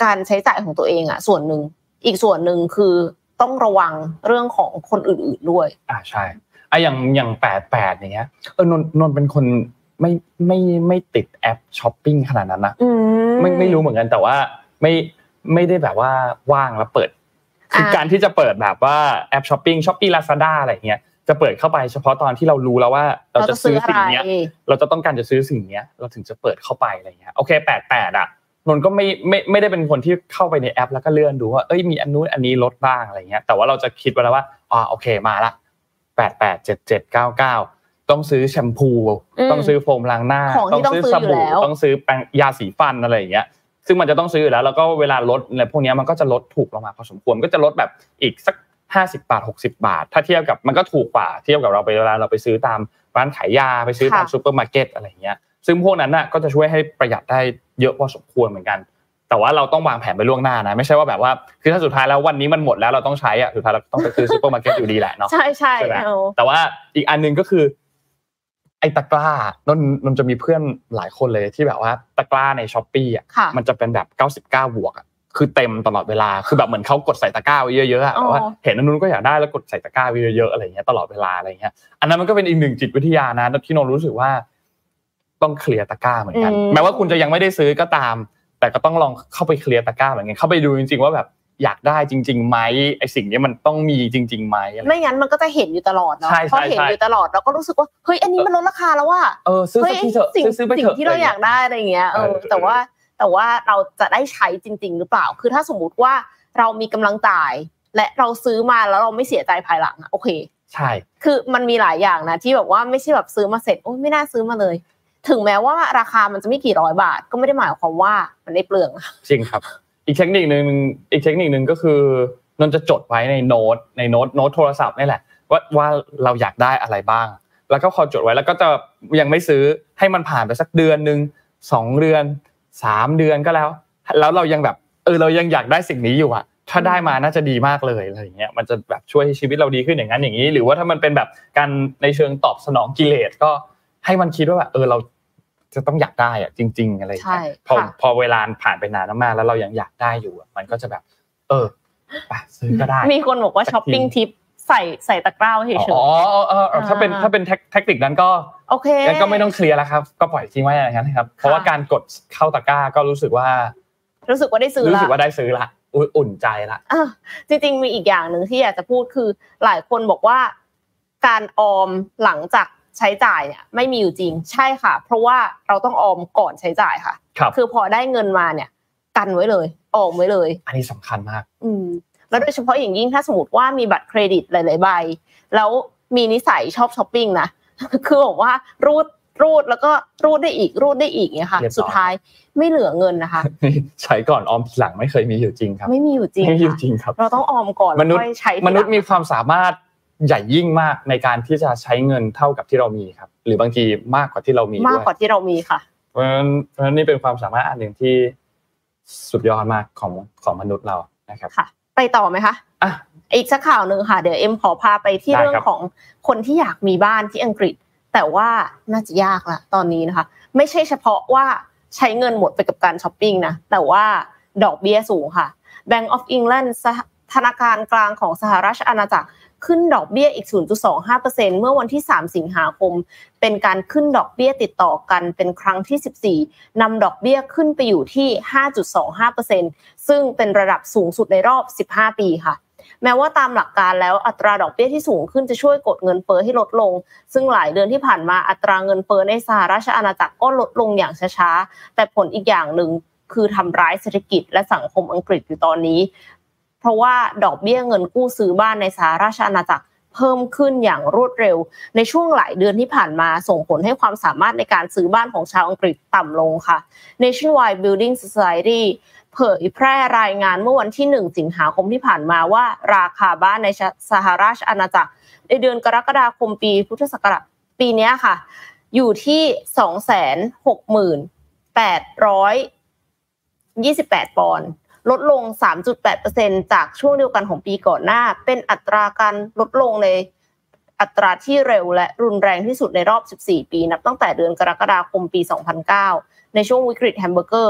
การใช้จ่ายของตัวเองอ่ะส่วนนึงอีกส่วนนึงคือต้องระวังเรื่องของคนอื่นๆด้วยอ่าใช่อ่ะอย่างอย่างแปดสิบแปดอย่างเงี้ยเออนนนนเป็นคนไม่ไม่ไม่ติดแอปช้อปปิ้งขนาดนั้นนะไม่ไม่รู้เหมือนกันแต่ว่าไม่ไม่ได้แบบว่าว่างแล้วเปิดคือการที่จะเปิดแบบว่าแอปช้อปปิ้ง Shopee Lazada อะไรอย่างเงี้ยจะเปิดเข้าไปเฉพาะตอนที่เรารู้แล้วว่าเราจะซื้อสิ่งเนี้ยเราจะต้องการจะซื้อสิ่งเนี้ยเราถึงจะเปิดเข้าไปอะไรเงี้ยโอเคแปดสิบแปดอ่ะนนก็ไม่ไม่ไม่ได้เป็นคนที่เข้าไปในแอปแล้วก็เลื่อนดูว่าเอ้ยมีอันนู้นอันนี้ลดบ้างอะไรเงี้ยแต่ว่าเราจะคิดไว้แล้วว่าอ๋อโอเคมาละแปดสิบแปด เจ็ดสิบเจ็ด เก้าสิบเก้าต้องซื้อแชมพูต้องซื้อโฟมล้างหน้าต้องซื้อสบู่ต้องซื้อแปรงยาสีฟันอะไรอย่างเงี้ยซึ่งมันจะต้องซื้ออยู่แล้วแล้วก็เวลาลดอะไรพวกนี้มันก็จะลดถูกลงมาพอสมควรก็จะลดแบบอีกสักห้าสิบบาทหกสิบบาทถ้าเทียบกับมันก็ถูกกว่าเทียบกับเราไปเวลาเราไปซื้อตามร้านขายยาไปซื้อตามซุปเปอร์มาร์เก็ตอะไรอย่างเงี้ยซึ่งพวกนั้นน่ะก็จะช่วยให้ประหยัดได้เยอะพอสมควรเหมือนกันแต่ว่าเราต้องวางแผนไปล่วงหน้านะไม่ใช่ว่าแบบว่าคือถ้าสุดท้ายแล้ววันนี้มันหมดแล้วเราต้องใช้อ่ะสุดท้ายเราต้องไปซื้อซุปเปอร์มาร์เก็ตอยู่ดีแหละเนาะใช่ๆเออแต่ว่าอีกอันนึงก็คือไอ้ตะกร้านนนนจะมีเพื่อนหลายคนเลยที่แบบว่าตะกร้าใน Shopee อ่ะมันจะเป็นแบบเก้าสิบเก้าบวกอ่ะคือเต็มตลอดเวลาคือแบบเหมือนเค้ากดใส่ตะกร้าไว้เยอะๆอ่ะว่าเห็นอันนู้นก็อยากได้แล้วกดใส่ตะกร้าไว้เยอะๆอะไรอย่างเงี้ยตลอดเวลาอะไรอย่างเงี้ยอันนั้นมันก็เป็นอีกหนึ่งจิตวิทยานะที่นนรู้สึกว่าต้องเคลียร์ตะกร้าเหมือนกันแม้ว่าคุณจะยังไม่ได้ซื้อก็ตามแต่ก็ต้องลองเข้าไปเคลียร์ตะกร้าเหมือนกันเข้าไปดูจริงๆว่าแบบอยากได้จริงๆไหมไอ้สิ่งนี้มันต้องมีจริงๆไหมไม่งั้นมันก็จะเห็นอยู่ตลอดเนาะพอเห็นอยู่ตลอดเราก็รู้สึกว่าเฮ้ยอันนี้มันลดราคาแล้วว่ะเออซื้อที่เถอะซื้อไปเถอะสิ่งที่เราอยากได้อะไรอย่างเงี้ยเออแต่ว่าแต่ว่าเราจะได้ใช้จริงๆหรือเปล่าคือถ้าสมมุติว่าเรามีกำลังจ่ายและเราซื้อมาแล้วเราไม่เสียใจภายหลังอ่ะโอเคใช่คือมันมีหลายอย่างนะที่แบบว่าไม่ใช่แบบซื้อมาเสร็จโอ๊ยไม่น่าซื้อมาเลยถึงแม้ว่าราคามันจะไม่กี่ร้อยบาทก็ไม่ได้หมายความว่ามันได้เปลืองจริงครับอีกเทคนิคนึงอีกเทคนิคนึงก็คือนนจะจดไว้ในโน้ตในโน้ตโน้ตโทรศัพท์นี่แหละว่าว่าเราอยากได้อะไรบ้างแล้วก็พอจดไว้แล้วก็จะยังไม่ซื้อให้มันผ่านไปสักเดือนนึงสองเดือนสามเดือนก็แล้วแล้วเรายังแบบเออเรายังอยากได้สิ่งนี้อยู่อ่ะถ้าได้มาน่าจะดีมากเลยอะไรอย่างเงี้ยมันจะแบบช่วยให้ชีวิตเราดีขึ้นอย่างนั้นอย่างนี้หรือว่าถ้ามันเป็นแบบการในเชิงตอบสนองกิเลสก็ให้มันคิดว่าแบบเออเราจะต้องอยากได้อ่ะจริงๆอะไรอย่างเงี้ยพอพอเวลาผ่านไปนานมากแล้วเรายังอยากได้อยู่มันก็จะแบบเออไปซื้อก็ได้มีคนบอกว่าช้อปปิ้งทิปใส่ใส่ตะกร้าเฉยๆอ๋อเออถ้าเป็นถ้าเป็นแทคติกนั้นก็โอเคงั้นก็ไม่ต้องเคลียร์แล้วครับก็ปล่อยทิ้งไว้อย่างนั้นครับเพราะว่าการกดเข้าตะกร้าก็รู้สึกว่ารู้สึกว่าได้ซื้อละรู้สึกว่าได้ซื้อละอุ่นใจละเออจริงๆมีอีกอย่างนึงที่อยากจะพูดคือหลายคนบอกว่าการออมหลังจากใช้จ่ายเนี่ยไม่มีอยู่จริงใช่ค่ะเพราะว่าเราต้องออมก่อนใช้จ่ายค่ะคือพอได้เงินมาเนี่ยกันไว้เลยออมไว้เลยอันนี้สำคัญมากอืมแล้วโดยเฉพาะอย่างยิ่งถ้าสมมติว่ามีบัตรเครดิตหลายๆใบแล้วมีนิสัยชอบช้อปปิ้งนะคือบอกว่ารูดรูดแล้วก็รูดได้อีกรูดได้อีกเนี่ยค่ะสุดท้ายไม่เหลือเงินนะคะใช้ก่อนออมทีหลังไม่เคยมีอยู่จริงครับไม่มีอยู่จริงไม่มีอยู่จริงครับเราต้องออมก่อนมนุษย์มนุษย์มีความสามารถใหญ่ยิ่งมากในการที่จะใช้เงินเท่ากับที่เรามีครับหรือบางทีมากกว่าที่เรามีด้วยมากกว่าที่เรามีค่ะเพราะฉะนั้นเพราะฉะนั้นนี่เป็นความสามารถอันนึงที่สุดยอดมากของของมนุษย์เรานะครับค่ะไปต่อไหมคะอ่ะอีกสักข่าวนึงค่ะเดี๋ยวเอ็มขอพาไปที่เรื่องของคนที่อยากมีบ้านที่อังกฤษแต่ว่าน่าจะยากละตอนนี้นะคะไม่ใช่เฉพาะว่าใช้เงินหมดไปกับการช้อปปิ้งนะแต่ว่าดอกเบี้ยสูงค่ะ Bank of England ธนาคารกลางของสหราชอาณาจักรขึ้นดอกเบี้ยอีก ศูนย์จุดสองห้าเปอร์เซ็นต์ เมื่อวันที่สามสิงหาคมเป็นการขึ้นดอกเบี้ยติดต่อกันเป็นครั้งที่สิบสี่นำดอกเบี้ยขึ้นไปอยู่ที่ ห้าจุดสองห้าเปอร์เซ็นต์ ซึ่งเป็นระดับสูงสุดในรอบสิบห้าปีค่ะแม้ว่าตามหลักการแล้วอัตราดอกเบี้ยที่สูงขึ้นจะช่วยกดเงินเฟ้อให้ลดลงซึ่งหลายเดือนที่ผ่านมาอัตราเงินเฟ้อในสหราชอาณาจักรก็ลดลงอย่างช้าๆแต่ผลอีกอย่างนึงคือทำร้ายเศรษฐกิจและสังคมอังกฤษอยู่ตอนนี้เพราะว่าดอกเบี้ยเงินกู้ซื้อบ้านในสหราชอาณาจักรเพิ่มขึ้นอย่างรวดเร็วในช่วงหลายเดือนที่ผ่านมาส่งผลให้ความสามารถในการซื้อบ้านของชาวอังกฤษต่ำลงค่ะ Nationwide Building Society เผยแพร่รายงานเมื่อวันที่หนึ่งสิงหาคมที่ผ่านมาว่าราคาบ้านในสหราชอาณาจักรในเดือนกรกฎาคมปีพุทธศักราชปีนี้ค่ะอยู่ที่ สองแสนหกหมื่นแปดร้อยยี่สิบแปด ปอนด์ลดลง สามจุดแปดเปอร์เซ็นต์ จากช่วงเดียวกันของปีก่อนหน้าเป็นอัตราการลดลงในอัตราที่เร็วและรุนแรงที่สุดในรอบสิบสี่ปีนับตั้งแต่เดือนกรกฎาคมปีสองพันเก้าในช่วงวิกฤตแฮมเบอร์เกอร์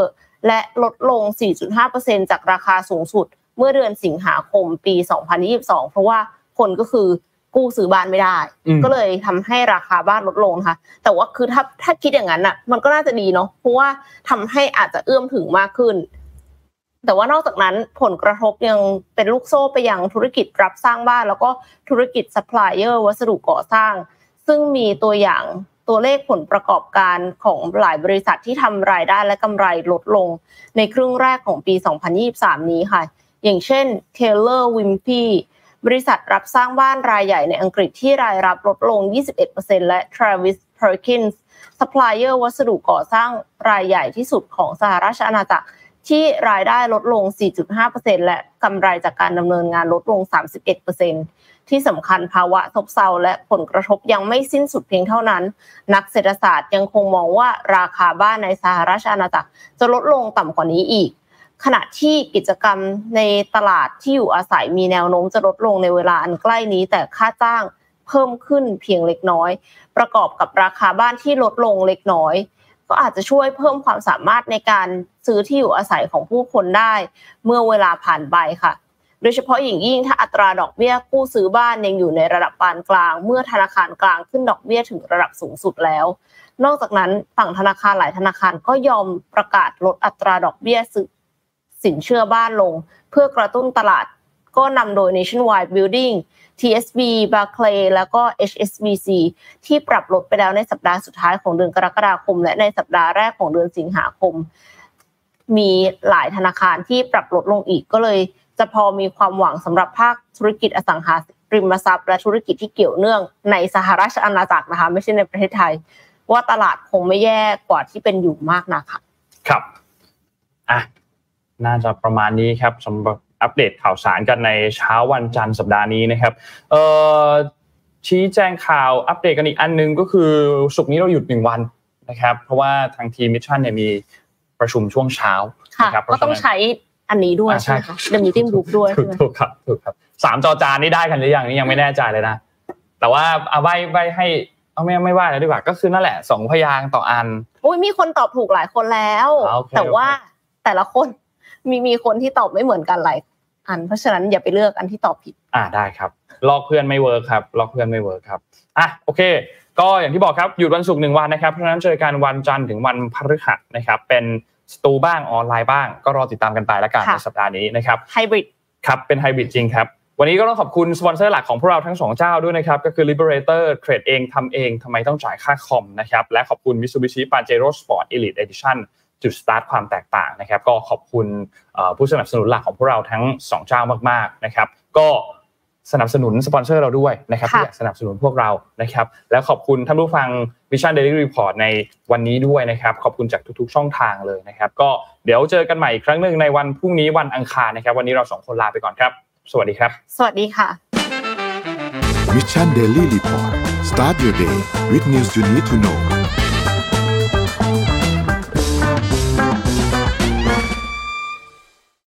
และลดลง สี่จุดห้าเปอร์เซ็นต์ จากราคาสูงสุดเมื่อเดือนสิงหาคมปีสองพันยี่สิบสองเพราะว่าคนก็คือกู้ซื้อบ้านไม่ได้ก็เลยทำให้ราคาบ้านลดลงค่ะแต่ว่าคือถ้าถ้าคิดอย่างนั้นน่ะมันก็น่าจะดีเนาะเพราะว่าทำให้อาจจะเอื้อมถึงมากขึ้นแต่ว่านอกจากนั้นผลกระทบยังเป็นลูกโซ่ไปยังธุรกิจรับสร้างบ้านแล้วก็ธุรกิจซัพพลายเออร์วัสดุก่อสร้างซึ่งมีตัวอย่างตัวเลขผลประกอบการของหลายบริษัทที่ทำรายได้และกำไรลดลงในครึ่งแรกของปีสองพันยี่สิบสามนี้ค่ะอย่างเช่น Taylor Wimpey บริษัทรับสร้างบ้านรายใหญ่ในอังกฤษที่รายรับลดลง ยี่สิบเอ็ดเปอร์เซ็นต์ และ Travis Perkins ซัพพลายเออร์วัสดุก่อสร้างรายใหญ่ที่สุดของสหราชอาณาจักรที่รายได้ลดลง สี่จุดห้าเปอร์เซ็นต์ และกำไรจากการดำเนินงานลดลง สามสิบเอ็ดเปอร์เซ็นต์ ที่สำคัญภาวะซบเซาและผลกระทบยังไม่สิ้นสุดเพียงเท่านั้นนักเศรษฐศาสตร์ยังคงมองว่าราคาบ้านในสหราชอาณาจักรจะลดลงต่ำกว่านี้อีกขณะที่กิจกรรมในตลาดที่อยู่อาศัยมีแนวโน้มจะลดลงในเวลาอันใกล้นี้แต่ค่าจ้างเพิ่มขึ้นเพียงเล็กน้อยประกอบกับราคาบ้านที่ลดลงเล็กน้อยก็อาจจะช่วยเพิ่มความสามารถในการซื้อที่อยู่อาศัยของผู้คนได้เมื่อเวลาผ่านไปค่ะโดยเฉพาะอย่างยิ่งถ้าอัตราดอกเบี้ยกู้ซื้อบ้านยังอยู่ในระดับปานกลางเมื่อธนาคารกลางขึ้นดอกเบี้ยถึงระดับสูงสุดแล้วนอกจากนั้นฝั่งธนาคารหลายธนาคารก็ยอมประกาศลดอัตราดอกเบี้ยสินเชื่อบ้านลงเพื่อกระตุ้นตลาดก็นำโดย Nationwide Building ที เอส บี Barclays แล้วก็ เอช เอส บี ซี ที่ปรับลดไปแล้วในสัปดาห์สุดท้ายของเดือนกรกฎาคมและในสัปดาห์แรกของเดือนสิงหาคมมีหลายธนาคารที่ปรับลดลงอีกก็เลยจะพอมีความหวังสำหรับภาคธุรกิจอสังหาริมทรัพย์และธุรกิจที่เกี่ยวเนื่องในสหราชอาณาจักรนะคะไม่ใช่ในประเทศไทยว่าตลาดคงไม่แย่กว่าที่เป็นอยู่มากนักค่ะครับอ่ะน่าจะประมาณนี้ครับสำหรับอัปเดตข่าวสารกันในเช้าวันจันทร์สัปดาห์นี้นะครับเอ่อชี้แจงข่าวอัปเดตกันอีกอันนึงก็คือศุกร์นี้เราหยุดหนึ่งวันนะครับเพราะว่าทางทีมมิชชั่นเนี่ยมีประชุมช่วงเช้านะครับก็ต้องใช้อันนี้ด้วยใช่มั้ยคะ The Meeting Book ด้วยใช่มั้ยถูกครับถูกครับสามจอจานนี่ได้กันหรือยังนี่ยังไม่แน่ใจเลยนะแต่ว่าเอาใบ้ๆให้เอาไม่ไม่ว่าแล้วดีกว่าก็คือนั่นแหละสองพยางค์ต่ออันอุ๊ยมีคนตอบถูกหลายคนแล้วแต่ว่าแต่ละคนมีมีคนที่ตอบไม่เหมือนกันหลายอันเพราะฉะนั้นอย่าไปเลือกอันที่ตอบผิดอ่าได้ครับลอกเพื่อนไม่เวิร์คครับลอกเพื่อนไม่เวิร์คครับอ่ะโอเคก็อย่างที่บอกครับหยุดวันศุกร์หนึ่งวันนะครับเพราะฉะนั้นเจอกันวันจันทร์ถึงวันพฤหัสนะครับเป็นสตูบ้างออนไลน์บ้างก็รอติดตามกันไปแล้วกันในสัปดาห์นี้นะครับไฮบริดครับเป็นไฮบริดจริงครับวันนี้ก็ต้องขอบคุณสปอนเซอร์หลักของพวกเราทั้งสองเจ้าด้วยนะครับก็คือ Liberator เทรดเองทำเองทำไมต้องจ่ายค่าคอมนะครับและขอบคุณ Mitsubishi Pajero Sport Elite Editionจุดสตาร์ทความแตกต่างนะครับก็ขอบคุณผู้สนับสนุนหลักของพวกเราทั้งสองเจ้ามากๆนะครับก็สนับสนุนสปอนเซอร์เราด้วยนะครับที่อยากสนับสนุนพวกเรานะครับแล้วขอบคุณท่านผู้ฟัง Mission Daily Report ในวันนี้ด้วยนะครับขอบคุณจากทุกๆช่องทางเลยนะครับก็เดี๋ยวเจอกันใหม่อีกครั้งนึงในวันพรุ่งนี้วันอังคารนะครับวันนี้เราสองคนลาไปก่อนครับสวัสดีครับสวัสดีค่ะ Mission Daily Report Start your day with news you need to know